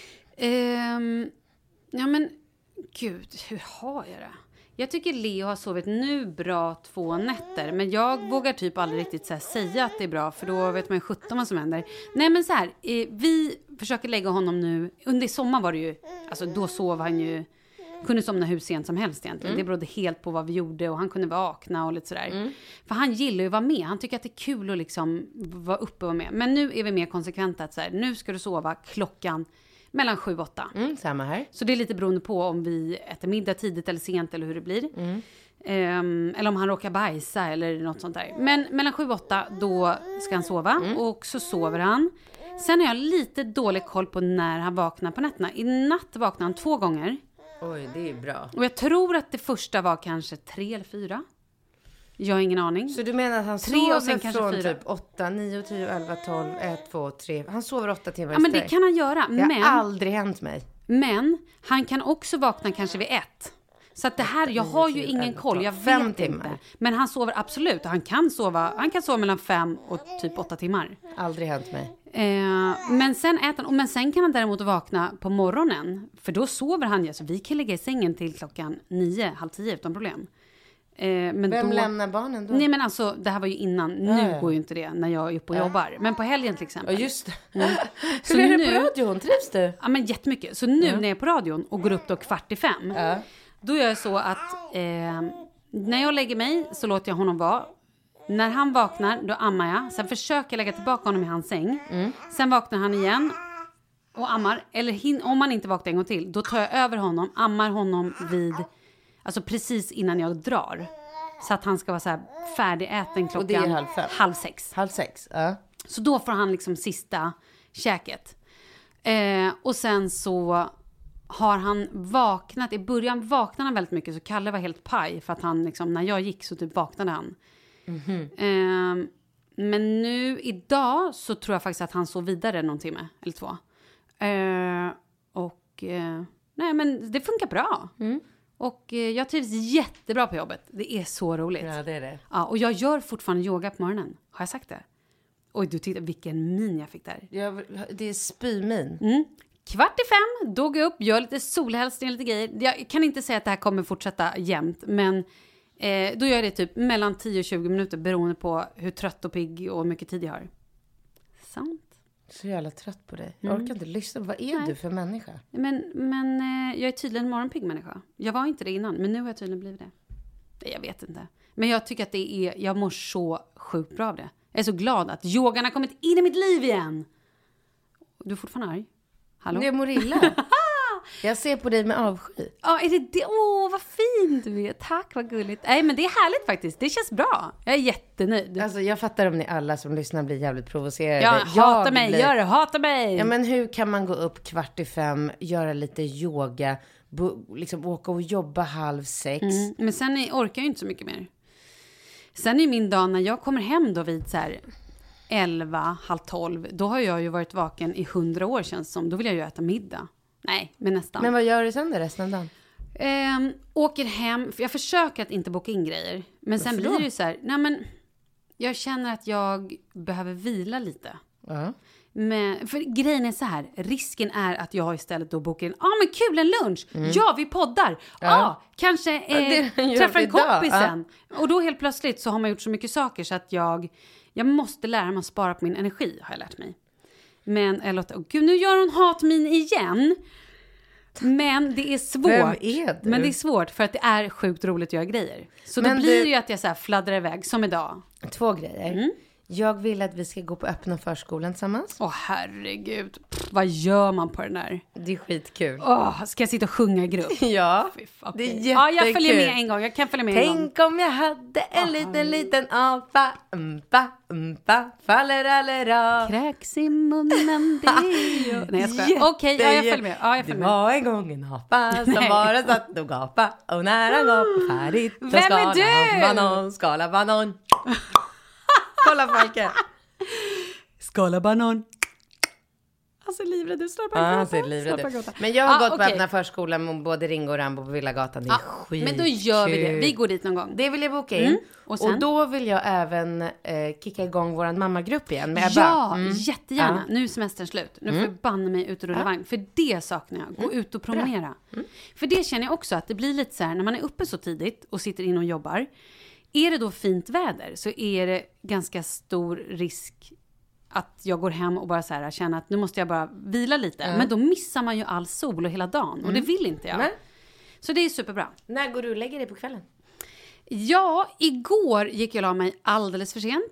Ja men gud, hur har jag det? Jag tycker Leo har sovit nu bra 2 nätter. Men jag vågar typ aldrig riktigt så här säga att det är bra. För då vet man ju 17 vad som händer. Nej men så här, vi försöker lägga honom nu. Under sommar var det ju, alltså då sov han ju, kunde somna hur sent som helst egentligen. Det berodde helt på vad vi gjorde och han kunde vakna och lite sådär. För han gillar ju att vara med. Han tycker att det är kul att liksom vara uppe och vara med. Men nu är vi mer konsekventa att så här, nu ska du sova klockan mellan 7 och 8. Samma här. Så det är lite beroende på om vi äter middag tidigt eller sent eller hur det blir. Eller om han råkar bajsa eller något sånt där. Men mellan 7 och 8 då ska han sova. Och så sover han. Sen har jag lite dålig koll på när han vaknar på nätterna. I natt vaknar han 2 gånger. Oj, det är bra. Och jag tror att det första var kanske 3 eller 4. Jag har ingen aning. Så du menar att han 3 och sen sover kanske 4. från typ 8, 9, 10, 11, 12, 1, 2, 3. Han sover 8 timmar Ja men det kan han göra. Det har aldrig hänt mig. Men han kan också vakna kanske vid 1. Så att det här, jag har ju ingen koll, jag vet 5 timmar. inte. Men han sover absolut, han kan sova mellan 5 och typ 8 timmar. Aldrig hänt mig. Men sen äter han, men sen kan han däremot vakna på morgonen. För då sover han ju, så vi kan lägga i sängen till klockan 9, halv 10 utan problem. Men vem då, lämnar barnen då? Nej men alltså, det här var ju innan, nu går ju inte det när jag är uppe och jobbar. Men på helgen till exempel. Ja just det. Så hur är det på radion, trivs du? Ja men jättemycket. Så nu när jag är på radion och går upp då 4:45. Då gör jag så att när jag lägger mig så låter jag honom vara. När han vaknar då ammar jag. Sen försöker jag lägga tillbaka honom i hans säng. Sen vaknar han igen och ammar. Eller om han inte vaknar en gång till, då tar jag över honom, ammar honom vid, alltså precis innan jag drar. Så att han ska vara så här färdigäten klockan Och det är 5:30. 5:30, ja. Så då får han liksom sista käket. Och sen så har han vaknat. I början vaknade han väldigt mycket. Så Kalle var helt paj. För att han liksom, när jag gick så typ vaknade han. Men nu idag så tror jag faktiskt att han sov vidare någon timme eller 2. Nej men det funkar bra. Och jag trivs jättebra på jobbet. Det är så roligt. Ja, det är det. Ja, och jag gör fortfarande yoga på morgonen. Har jag sagt det? Oj, du tittar vilken min jag fick där. Det är spymin. 4:45, då går jag upp, gör lite solhälsning, lite grejer. Jag kan inte säga att det här kommer fortsätta jämt, men då gör jag det typ mellan 10 och 20 minuter beroende på hur trött och pigg och mycket tid jag har. Sant. Så jävla trött på dig. Jag orkar inte lyssna. Vad är du för människa? Men jag är tydligen en morgonpigg människa. Jag var inte det innan, men nu har jag tydligen blivit det. Nej, jag vet inte. Men jag tycker att jag mår så sjukt bra av det. Jag är så glad att yogan har kommit in i mitt liv igen. Du är fortfarande arg? Hallå? Jag mår illa. Jag ser på dig med avsky. Ja, är det? Åh, vad fint du är. Tack, vad gulligt. Nej, men det är härligt faktiskt. Det känns bra. Jag är jättenöjd. Alltså, jag fattar om ni alla som lyssnar blir jävligt provocerade. Ja, hata mig, hata mig. Ja, men hur kan man gå upp 4:45, göra lite yoga, liksom åka och jobba 5:30? Men sen orkar jag inte så mycket mer. Sen är min dag när jag kommer hem då vid så här 11, 11:30, då har jag ju varit vaken i 100 år känns som. Då vill jag ju äta middag. Nej, men nästan. Men vad gör du sen då resten av dagen? Åker hem, för jag försöker att inte boka in grejer. Men sen blir det ju så här, nej men jag känner att jag behöver vila lite. Men, för grejen är så här, risken är att jag istället då bokar in, men kul, en lunch. Ja, vi poddar. Kanske träffa en kompis sen. Och då helt plötsligt så har man gjort så mycket saker så att jag måste lära mig att spara på min energi, har jag lärt mig. Men gud, nu gör hon hatmin igen. Men det är svårt. Vem är du? Men det är svårt för att det är sjukt roligt att göra grejer. Så då blir det ju att jag så här fladdrar iväg som idag. 2 grejer. Jag vill att vi ska gå på öppna förskolan tillsammans. Herregud. Vad gör man på den där? Det är skitkul. Ska jag sitta och sjunga i grupp? Ja, det är jättekul. Ja, jag följer med en gång. Jag kan följa med en gång. Tänk om jag hade en liten apa. Fallerallera. Kräks i munnen. Nej, jag skojar. Okej, jag följer med. Ja, jag följer med. Det var en gång en apa som bara satt och gapa. Och när han gapade färdigt. Vem är du? Skala banan. Kolla Falke. Skala banan. Alltså livrädd, du står på gatan. Men jag har gått på öppna förskolan med både Ringo och Rambo på Villagatan. Det är skitkul. Men då gör vi det. Vi går dit någon gång. Det vill jag boka in. Och då vill jag även kicka igång våran mammagrupp igen med Ebba. Ja, jättegärna. Nu är semestern slut. Nu får jag banna mig ut och rulla vagn. För det saknar jag. Gå ut och promenera. För det känner jag också att det blir lite så här, när man är uppe så tidigt och sitter in och jobbar. Är det då fint väder så är det ganska stor risk att jag går hem och bara så här känner att nu måste jag bara vila lite. Men då missar man ju all sol och hela dagen. Och det vill inte jag. Nej. Så det är superbra. När går du och lägger dig på kvällen? Ja, igår gick jag och la mig alldeles för sent.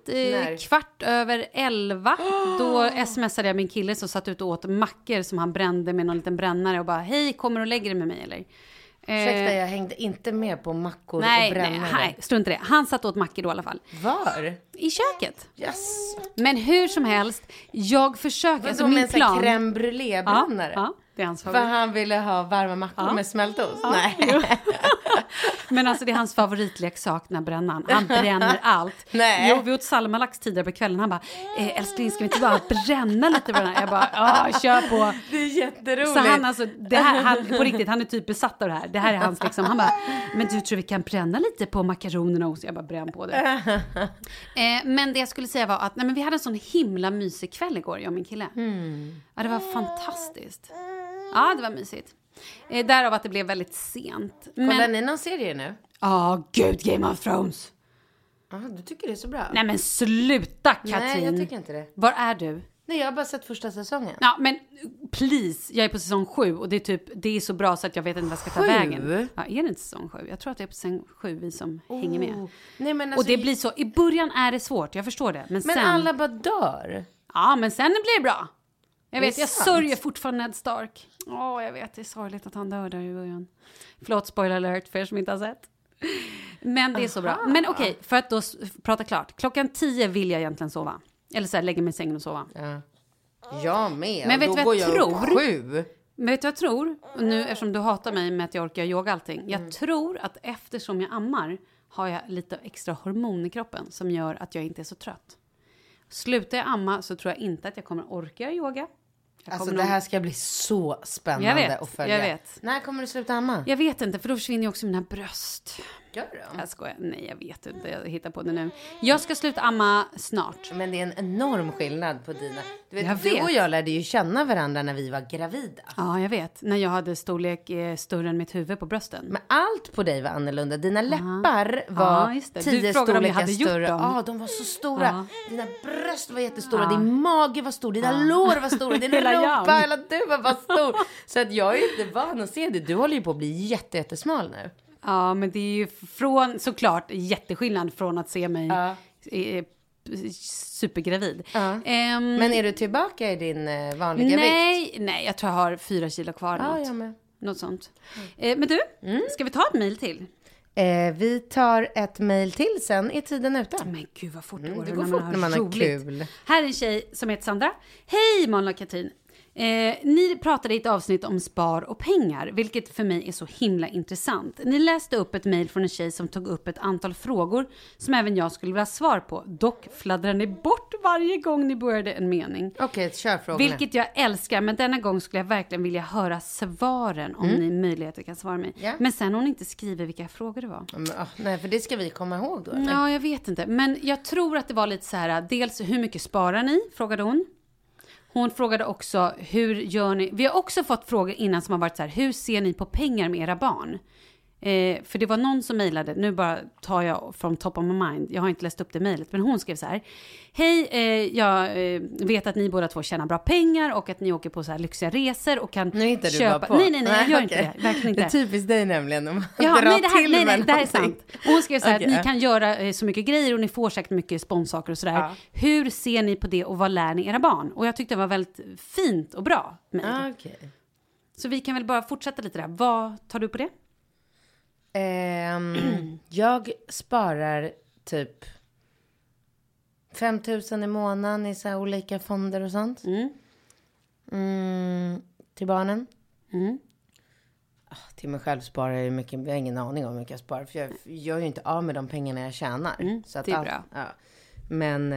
11:15. Då smsade jag min kille som satt ut och åt mackor som han brände med någon liten brännare. Och bara, hej, kommer du och lägger dig med mig eller? Ursäkta, jag hängde inte med på mackor och brännare. Nej, strunt i det. Han satt åt mackor då i alla fall. Var? I köket. Yes. Men hur som helst, jag försöker. Alltså min plan. Crème brûlée-brännare. Ja, det är hans favorit. För han ville ha varma mackor med smältost. Ja. Nej. Men alltså det är hans favoritleksak när brännan. Han bränner allt. Nej. Jo, vi åt salmalax tidigare på kvällen. Han bara, älskling, ska vi inte bara bränna lite på den här? Jag bara, kör på. Det är jätteroligt. Så han alltså, det här, på riktigt, han är typ besatt av det här. Det här är hans liksom, han bara, men du tror vi kan bränna lite på makaronerna? Och så jag bara, bränn på det. Men det jag skulle säga var att men vi hade en sån himla mysig kväll igår, jag och min kille. Ja, det var fantastiskt. Ja, det var mysigt. Därav att det blev väldigt sent. Kollar ni någon serie nu? Gud, Game of Thrones. Du tycker det är så bra. Nej, men sluta, Katrin. Nej, jag tycker inte det. Var är du? Nej, jag har bara sett första säsongen. Ja, men please, jag är på säsong 7 och det är så bra så att jag vet inte vad jag ska ta vägen. Ja, är det inte säsong 7? Jag tror att det är på säsong 7 vi som hänger med. Nej, men alltså, och det blir så, i början är det svårt, jag förstår det. Men sen, alla bara dör. Ja, men sen blir det bra. Jag vet, jag sörjer fortfarande Ned Stark. Jag vet, det är sorgligt att han dör där i början. Förlåt, spoiler alert för er som inte har sett. Men det är så bra. Men okej, för att då prata klart. 10:00 vill jag egentligen sova. Eller så här, lägga mig i sängen och sova. Ja. Jag med. Men vet då du vad går jag jag tror? 7. Men vet du vad jag tror? Nu, eftersom du hatar mig med att jag orkar yoga allting. Jag tror att eftersom jag ammar har jag lite extra hormon i kroppen som gör att jag inte är så trött. Slutar jag amma så tror jag inte att jag kommer orka yoga. Alltså det här ska bli så spännande att följa. Jag vet. När kommer du sluta amma? Jag vet inte, för då försvinner ju också mina bröst. Gör du? Jag skojar. Nej, jag vet inte. Jag hittar på det nu. Jag ska sluta amma snart. Men det är en enorm skillnad på dina. Du vet. och jag lärde ju känna varandra när vi var gravida. Ja, jag vet. När jag hade storlek större än mitt huvud på brösten. Men allt på dig var annorlunda. Dina läppar var 10 storlekar större. Ja, de var så stora. Ja. Dina bröst var jättestora. Ja. Din mage var stor. Dina lår var stora. Din rumpa, hela du var bara stor. Så att jag är inte van att se det. Du håller ju på att bli jättesmal nu. Ja, men det är ju såklart jätteskillnad från att se mig supergravid. Men är du tillbaka i din vanliga vikt? Nej, jag tror jag har 4 kilo kvar. Jag med. Något sånt. Men du, ska vi ta ett mejl till? Vi tar ett mejl till, sen är tiden ute. Men gud vad fort det går. Det går fort när man har kul. Här är en tjej som heter Sandra. Hej Malin och Katrin. Ni pratade i ett avsnitt om spar och pengar, vilket för mig är så himla intressant. Ni läste upp ett mejl från en tjej som tog upp ett antal frågor som även jag skulle vilja ha svar på. Dock fladdrar ni bort varje gång ni började en mening. Okej, kör frågorna. Vilket jag älskar, men denna gång skulle jag verkligen vilja höra svaren om ni möjligheter kan svara mig. Yeah. Men sen hon inte skriver vilka frågor det var. Nej, för det ska vi komma ihåg då, eller? Ja, jag vet inte. Men jag tror att det var lite så här, dels hur mycket sparar ni, frågade hon. Hon frågade också, hur gör ni? Vi har också fått frågor innan som har varit så här, hur ser ni på pengar med era barn? För det var någon som mejlade, nu bara tar jag från top of my mind, jag har inte läst upp det mejlet, men hon skrev så här: hej, jag vet att ni båda två tjänar bra pengar och att ni åker på så här lyxiga resor och kan nu inte köpa. Du bara på. Nej, jag gör inte det, verkligen inte. Det är typiskt dig nämligen. Nej, det här är sant. Och hon skrev så här, att ni kan göra så mycket grejer och ni får säkert mycket sponssaker och sådär. Ja. Hur ser ni på det och vad lär ni era barn? Och jag tyckte det var väldigt fint och bra. Så vi kan väl bara fortsätta lite där. Vad tar du på det? Jag sparar typ 5 000 i månaden i så här olika fonder och sånt. Till barnen. Till mig själv sparar jag mycket. Jag har ingen aning om hur mycket jag sparar. För jag gör ju inte av med de pengarna jag tjänar. Så att det är bra. Ja. Men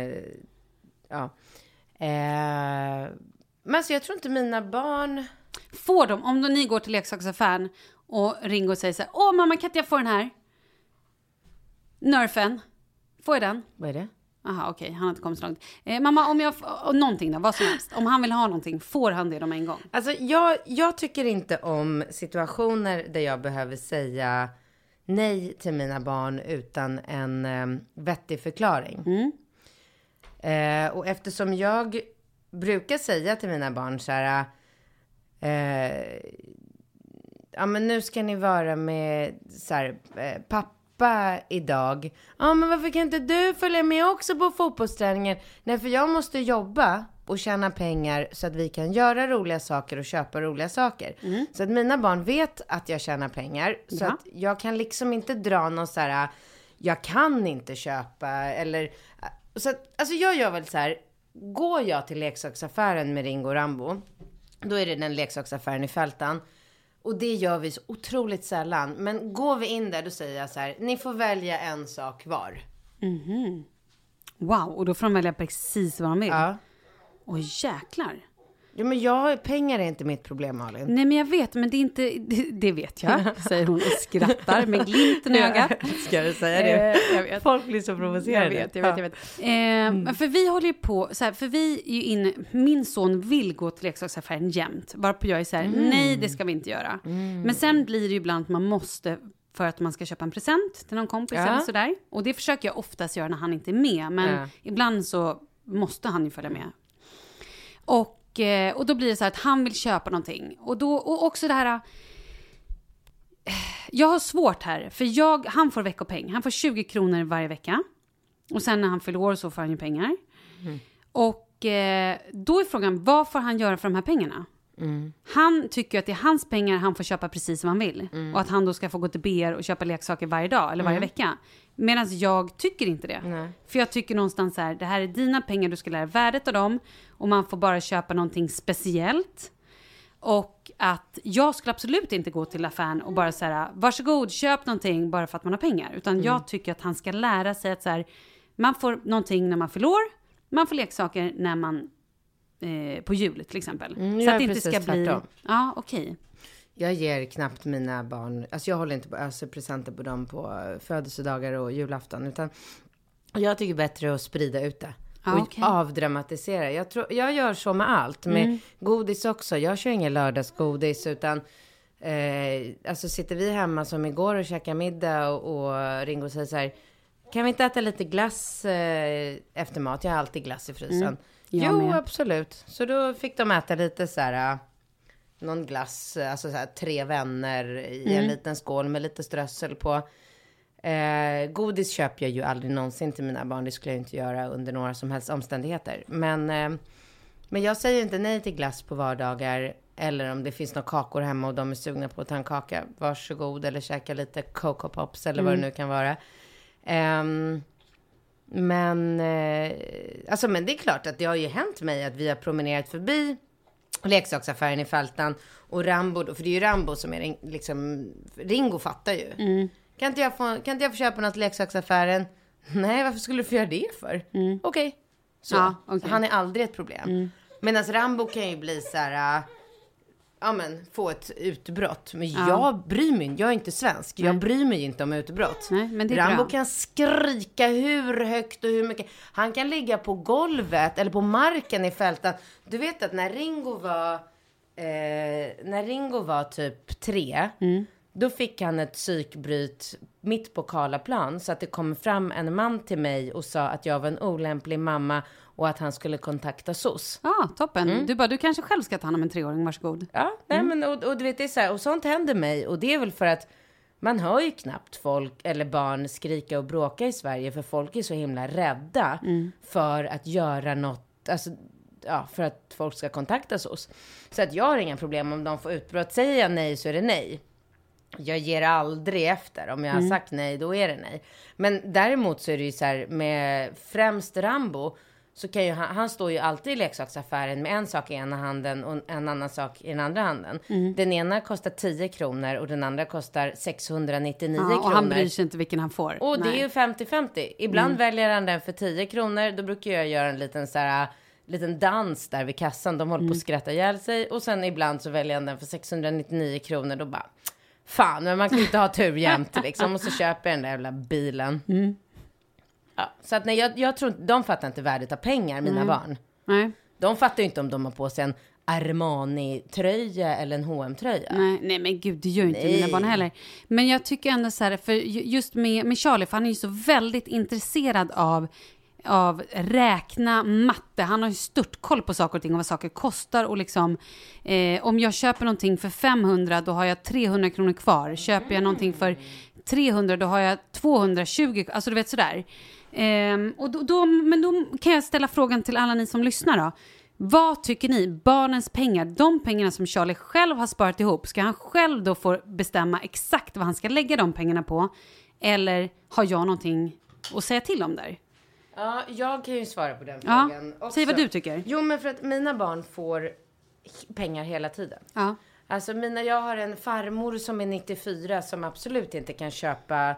men alltså jag tror inte mina barn får de, om ni går till leksaksaffären och ringer och säger så här: åh mamma, kan inte jag få den här Nerfen? Får jag den? Vad är det? Aha, okej, han har inte kommit så långt. Mamma, om jag någonting då, vad som helst. Om han vill ha någonting, får han det en gång? Alltså jag tycker inte om situationer där jag behöver säga nej till mina barn utan en vettig förklaring. Och eftersom jag brukar säga till mina barn så här, ja men nu ska ni vara med så här, pappa idag. Ja men varför kan inte du följa med också på fotbollsträningen? Nej, för jag måste jobba och tjäna pengar så att vi kan göra roliga saker och köpa roliga saker. Så att mina barn vet att jag tjänar pengar. Så att jag kan liksom inte dra någon så här, jag kan inte köpa eller så att, alltså jag gör väl så här, går jag till leksaksaffären med Ringo och Rambo, då är det den leksaksaffären i Fältan. Och det gör vi så otroligt sällan. Men går vi in där, då säger jag så här: ni får välja en sak var. Wow, och då får de välja precis vad de vill. Ja. Åh jäklar. Ja, men pengar är inte mitt problem, Malin. Nej, men jag vet, men det är inte, det vet jag, säger hon och skrattar med glimten i ögat. Ska du säga det? Jag vet. Folk blir så provocerade. Jag vet. För vi håller ju på, så här, för vi är ju inne, min son vill gå till leksaksaffären jämt. Varpå jag är så här, nej det ska vi inte göra. Men sen blir det ju ibland att man måste, för att man ska köpa en present till någon kompis eller sådär. Och det försöker jag oftast göra när han inte är med. Men ibland så måste han ju följa med. Och då blir det så här att han vill köpa någonting. Och också det här, jag har svårt här. För han får veckopeng. Han får 20 kronor varje vecka. Och sen när han fyller år så får han ju pengar. Och då är frågan, vad får han göra för de här pengarna? Han tycker att det är hans pengar, han får köpa precis som han vill. Och att han då ska få gå till BR och köpa leksaker varje dag eller varje vecka. Medan jag tycker inte det. Nej. För jag tycker någonstans så här, det här är dina pengar, du ska lära värdet av dem. Och man får bara köpa någonting speciellt. Och att jag skulle absolut inte gå till affären och bara så här, varsågod, köp någonting bara för att man har pengar. Utan jag tycker att han ska lära sig att så här, man får någonting när man fyller år. Man får leksaker när man, på jul till exempel. Så att det inte ska bli... Ja, okej. Jag ger knappt mina barn, alltså jag håller inte på att ösa presenter på dem på födelsedagar och julafton. Utan jag tycker bättre att sprida ut det. Och avdramatisera. Jag gör så med allt. Med godis också. Jag kör ingen lördagsgodis utan alltså sitter vi hemma som igår och käkar middag och Ringo säger så här, kan vi inte äta lite glass efter mat? Jag har alltid glass i frysen. Jo, absolut. Så då fick de äta lite så här någon glass, alltså så här 3 vänner i en liten skål med lite strössel på. Godis köper jag ju aldrig någonsin till mina barn. Det skulle jag inte göra under några som helst omständigheter. Men jag säger inte nej till glass på vardagar. Eller om det finns några kakor hemma och de är sugna på att ta en kaka. Varsågod, eller käka lite Cocoa Pops eller vad det nu kan vara. Men det är klart att det har ju hänt mig att vi har promenerat förbi leksaksaffären i Fältan och Rambo, för det är ju Rambo som är liksom, Ringo fattar ju. Kan inte jag få köpa något leksaksaffären? Nej, varför skulle du få göra det för? Okej. Så han är aldrig ett problem. Medan Rambo kan ju bli så här, få ett utbrott. Men jag bryr mig inte, jag är inte svensk. Jag bryr mig inte om utbrott. Nej, men det är Rambo bra. kan skrika hur högt och hur mycket. Han kan ligga på golvet eller på marken i fälten. Du vet att när Ringo var typ 3, då fick han ett psykbryt mitt på Karlaplan, så att det kom fram en man till mig och sa att jag var en olämplig mamma och att han skulle kontakta SOS. Ja, toppen. Du kanske själv ska ta hand om en 3-åring, varsågod. Ja, nej, men och du vet, det är så här, och sånt händer mig, och det är väl för att man hör ju knappt folk eller barn skrika och bråka i Sverige, för folk är så himla rädda för att göra något, alltså för att folk ska kontakta SOS. Så att jag har inga problem om de får utbrott. Säger jag nej så är det nej. Jag ger aldrig efter. Om jag har sagt nej, då är det nej. Men däremot så är det ju så här, med främst Rambo, så kan ju han står ju alltid i leksaksaffären med en sak i ena handen och en annan sak i den andra handen. Den ena kostar 10 kronor och den andra kostar 699 kronor. Och han bryr sig inte vilken han får. Och det är ju 50-50. Ibland väljer han den för 10 kronor. Då brukar jag göra en liten så här, liten dans där vid kassan. De håller på att skratta ihjäl sig. Och sen ibland så väljer han den för 699 kronor. Då bara, fan, men man kan inte ha tur jämt liksom. Och så köper jag den där jävla bilen. Ja, så att nej, jag tror de fattar inte värdet av pengar, mina barn. Nej. De fattar ju inte om de har på sig en Armani-tröja eller en H&M-tröja. Nej, men gud, det gör inte mina barn heller. Men jag tycker ändå så här, för just med Charlie, för han är ju så väldigt intresserad av räkna, matte. Han har ju stort koll på saker och ting och vad saker kostar. Och liksom, om jag köper någonting för 500, då har jag 300 kronor kvar. Köper jag någonting för 300, då har jag 220. Alltså du vet sådär. Och då kan jag ställa frågan till alla ni som lyssnar då. Vad tycker ni? Barnens pengar, de pengarna som Charlie själv har sparat ihop, ska han själv då få bestämma exakt vad han ska lägga de pengarna på? Eller har jag någonting att säga till om där? Ja, jag kan ju svara på den frågan. Ja, säg vad du tycker. Jo, men för att mina barn får pengar hela tiden. Ja. Alltså jag har en farmor som är 94 som absolut inte kan köpa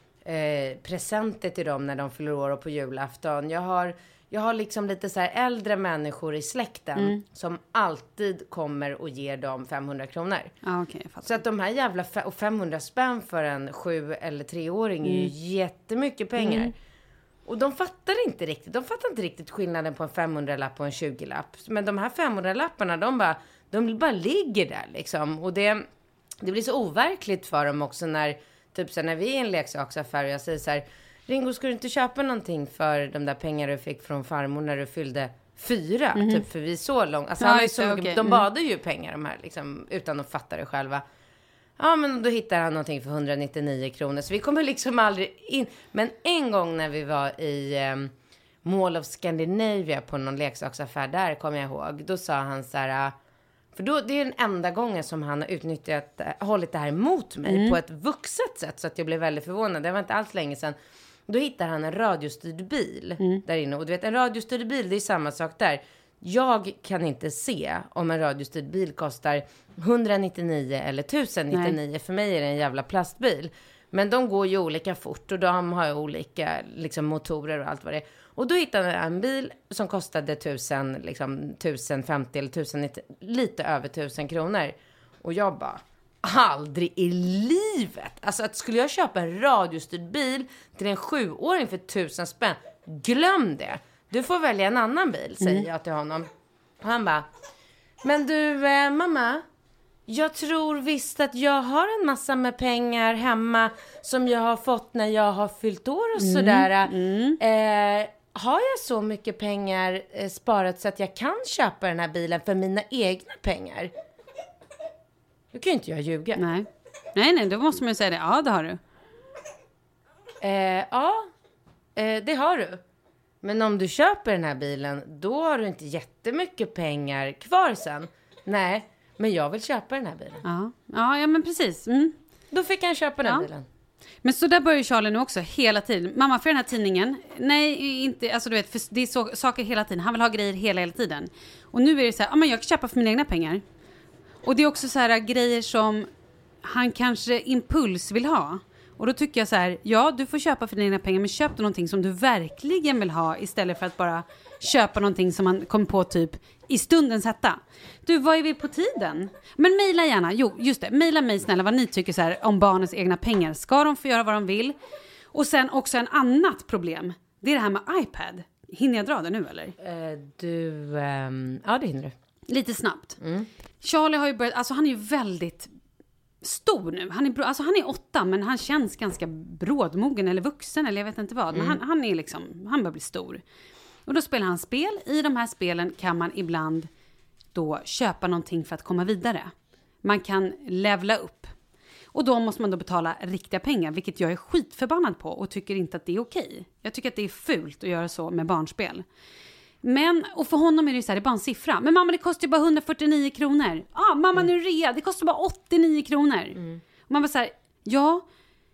presenter till dem när de fyller år och på julafton. Jag har liksom lite så här äldre människor i släkten som alltid kommer och ger dem 500 kronor. Ah, okay, så att de här jävla 500 spänn för en 7- eller 3-åring är ju jättemycket pengar. Och de fattar inte riktigt skillnaden på en 500-lapp och en 20-lapp. Men de här 500-lapparna, de bara ligger där liksom. Och det blir så overkligt för dem också när, typ så när vi är i en leksaksaffär och jag säger så här: Ringo, ska du inte köpa någonting för de där pengar du fick från farmor när du fyllde 4? Typ, för vi är så långt. Alltså, de badar ju pengar de här liksom, utan att fatta det själva. Ja, men då hittar han någonting för 199 kronor. Så vi kommer liksom aldrig in. Men en gång när vi var i Mall of Scandinavia på någon leksaksaffär där, kommer jag ihåg. Då sa han så här: För då, det är den enda gången som han har hållit det här mot mig på ett vuxet sätt. Så att jag blev väldigt förvånad. Det var inte alls länge sedan. Då hittar han en radiostyrd bil där inne. Och du vet, en radiostyrd bil, det är samma sak där. Jag kan inte se om en radiostyrd bil kostar 199 eller 1099. Nej. För mig är det en jävla plastbil. Men de går ju olika fort och de har ju olika liksom, motorer och allt vad det är. Och då hittade jag en bil som kostade 1050 eller 1090, lite över 1000 kronor. Och jag bara, aldrig i livet. Alltså att skulle jag köpa en radiostyrd bil till en 7-åring för 1000 spänn, glöm det. Du får välja en annan bil, säger jag till honom. Och han bara, men du mamma, jag tror visst att jag har en massa med pengar hemma som jag har fått när jag har fyllt år och sådär. Har jag så mycket pengar sparat så att jag kan köpa den här bilen för mina egna pengar? Då kan ju inte jag ljuga. Nej, då måste man ju säga det. Ja, det har du. Det har du. Men om du köper den här bilen, då har du inte jättemycket pengar kvar sen. Nej, men jag vill köpa den här bilen. Ja, men precis. Då fick han köpa den bilen. Men så där börjar Charlie nu också hela tiden. Mamma, för den här tidningen. Nej, inte. Alltså du vet, för det är så, saker hela tiden. Han vill ha grejer hela tiden. Och nu är det så här, men jag kan köpa för mina egna pengar. Och det är också så här grejer som han kanske impuls vill ha. Och då tycker jag så här, ja, du får köpa för dina pengar, men köp då någonting som du verkligen vill ha istället för att bara köpa någonting som man kommer på typ i stundens hetta. Du, vad är vi på tiden? Men mejla gärna, mejla mig snälla vad ni tycker så här om barnens egna pengar. Ska de få göra vad de vill? Och sen också en annat problem, det är det här med iPad. Hinner jag dra det nu eller? Ja, det hinner du. Lite snabbt. Charlie har ju börjat, alltså han är ju väldigt stor nu. Han är 8, men han känns ganska brådmogen eller vuxen eller jag vet inte vad. Men han är liksom, han börjar bli stor. Och då spelar han spel. I de här spelen kan man ibland då köpa någonting för att komma vidare. Man kan levla upp. Och då måste man då betala riktiga pengar, vilket jag är skitförbannad på och tycker inte att det är okej. Jag tycker att det är fult att göra så med barnspel. Men, och för honom är det så här, det är bara en siffra. Men mamma, det kostar ju bara 149 kronor. Mamma, nu rea, det kostar bara 89 kronor. Och man bara så här, ja.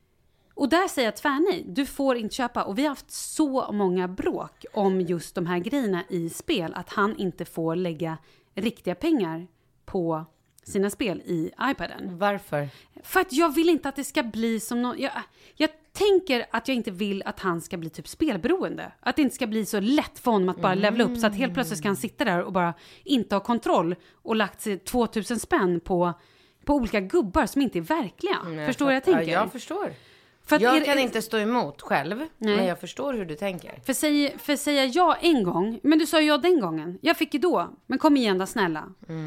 Och där säger jag tvärnej, du får inte köpa. Och vi har haft så många bråk om just de här grejerna i spel. Att han inte får lägga riktiga pengar på sina spel i iPaden. Varför? För att jag vill inte att det ska bli som någon... Jag tänker att jag inte vill att han ska bli typ spelberoende. Att det inte ska bli så lätt för honom att bara levla upp. Så att helt plötsligt ska han sitta där och bara inte ha kontroll. Och lagt sig 2000 spänn på olika gubbar som inte är verkliga. Förstår vad jag tänker? Ja, jag förstår. För att jag kan inte stå emot själv. Men jag förstår hur du tänker. För säga ja en gång. Men du sa ja den gången. Jag fick ju då. Men kom igen då snälla.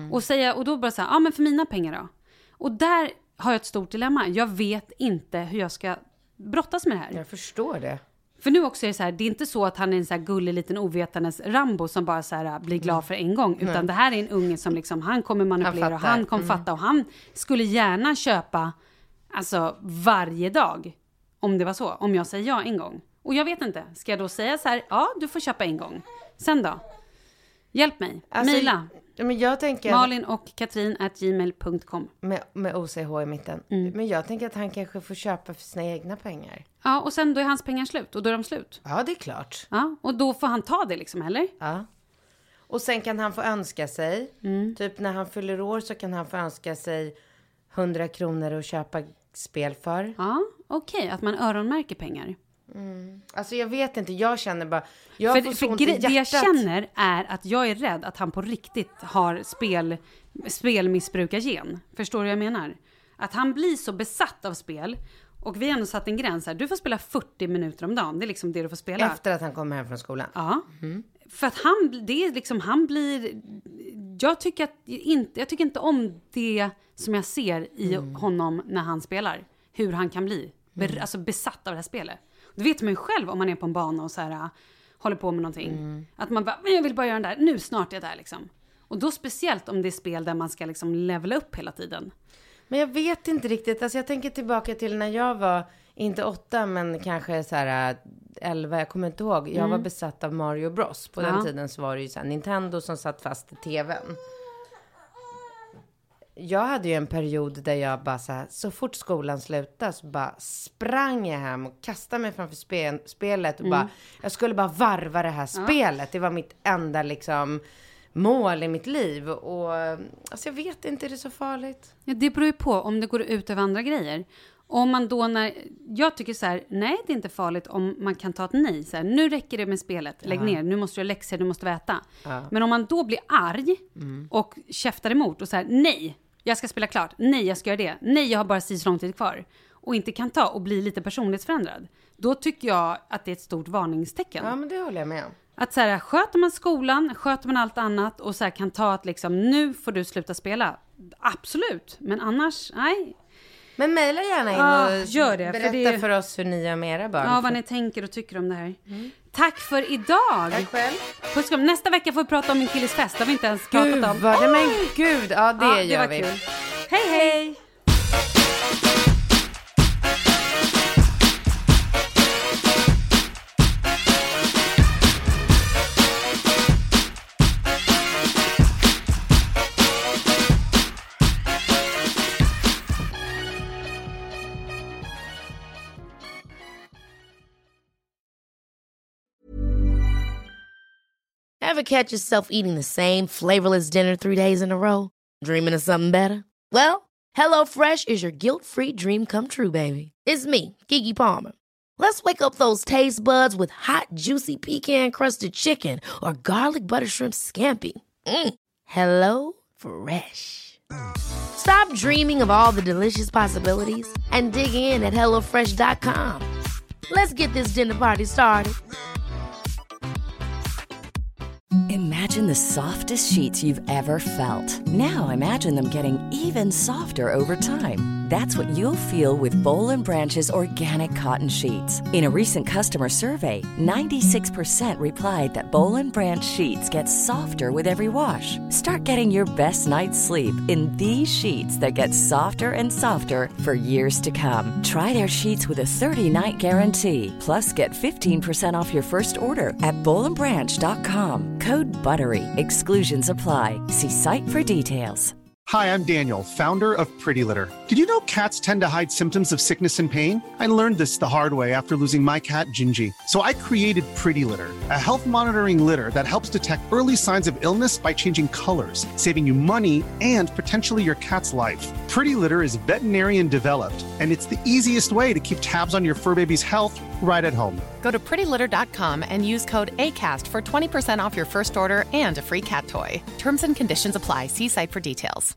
Och då bara så här, men för mina pengar då. Och där har jag ett stort dilemma. Jag vet inte hur jag ska brottas med det här. Jag förstår det. För nu också är det så här, det är inte så att han är en så här gullig liten ovetandes Rambo som bara så här blir glad för en gång. Utan det här är en unge som liksom, han kommer manipulera och han kommer fatta. Och han skulle gärna köpa alltså varje dag. Om det var så. Om jag säger ja en gång. Och jag vet inte. Ska jag då säga så här, ja du får köpa en gång. Sen då? Hjälp mig. Alltså, mejla. Men jag tänker... Malin och Katrin@gmail.com. Med OCH i mitten. Men jag tänker att han kanske får köpa för sina egna pengar. Ja, och sen då är hans pengar slut. Och då är de slut. Ja, det är klart. Ja, och då får han ta det liksom, eller? Ja. Och sen kan han få önska sig. Typ när han fyller år så kan han få önska sig 100 kronor och köpa spel för. Ja, okej. Att man öronmärker pengar. Alltså jag vet inte, jag känner bara... Det jag känner är att jag är rädd att han på riktigt har spelmissbrukargen. Förstår du vad jag menar? Att han blir så besatt av spel. Och vi har ändå satt en gräns här. Du får spela 40 minuter om dagen. Det är liksom det du får spela. Efter att han kommer hem från skolan. Ja. För att han blir... Jag tycker inte om det som jag ser i honom när han spelar. Hur han kan bli alltså besatt av det här spelet. Det vet man ju själv om man är på en bana och så här håller på med någonting. Att man bara, jag vill bara göra den där. Nu snart är jag där liksom. Och då speciellt om det är spel där man ska liksom levela upp hela tiden. Men jag vet inte riktigt. Alltså jag tänker tillbaka till när jag var, inte 8 men kanske så här 11, jag kommer inte ihåg. Jag var besatt av Mario Bros. På den tiden så var det ju så här Nintendo som satt fast i tvn. jag hade ju en period där jag bara så fort skolan slutade så bara sprang jag hem och kastade mig framför spelet och bara, jag skulle bara varva det här spelet. Det var mitt enda liksom mål i mitt liv. Och alltså jag vet inte, är det så farligt? Ja, det beror ju på om det går ut över andra grejer. Om man då jag tycker så här, nej det är inte farligt om man kan ta ett nej. Så här, nu räcker det med spelet, lägg ner, nu måste du ha läxor, du måste äta. Men om man då blir arg och käftar emot och så här, nej, jag ska spela klart, nej jag ska göra det, nej jag har bara så lång tid kvar. Och inte kan ta och bli lite personlighetsförändrad. Då tycker jag att det är ett stort varningstecken. Ja, men det håller jag med om. Att så här, sköter man skolan, sköter man allt annat och så här, kan ta att liksom, nu får du sluta spela. Absolut, men annars, nej. Men mejla gärna in och gör det, berätta för oss hur ni gör med era barn. Ja, vad ni tänker och tycker om det här. Tack för idag. Tack själv. Puss, nästa vecka får vi prata om min killes fest. Det har vi inte ens pratat om. Men gud, ja det gör vi. Kul. Hej, hej. Ever catch yourself eating the same flavorless dinner 3 days in a row? Dreaming of something better? Well, HelloFresh is your guilt-free dream come true, baby. It's me, Keke Palmer. Let's wake up those taste buds with hot, juicy pecan-crusted chicken or garlic butter shrimp scampi. Hello Fresh. Stop dreaming of all the delicious possibilities and dig in at HelloFresh.com. Let's get this dinner party started. Imagine the softest sheets you've ever felt. Now imagine them getting even softer over time. That's what you'll feel with Boll & Branch's organic cotton sheets. In a recent customer survey, 96% replied that Boll & Branch sheets get softer with every wash. Start getting your best night's sleep in these sheets that get softer and softer for years to come. Try their sheets with a 30-night guarantee. Plus, get 15% off your first order at BollandBranch.com. Code BUTTERY. Exclusions apply. See site for details. Hi, I'm Daniel, founder of Pretty Litter. Did you know cats tend to hide symptoms of sickness and pain? I learned this the hard way after losing my cat, Gingy. So I created Pretty Litter, a health monitoring litter that helps detect early signs of illness by changing colors, saving you money and potentially your cat's life. Pretty Litter is veterinarian developed, and it's the easiest way to keep tabs on your fur baby's health right at home. Go to prettylitter.com and use code ACAST for 20% off your first order and a free cat toy. Terms and conditions apply. See site for details.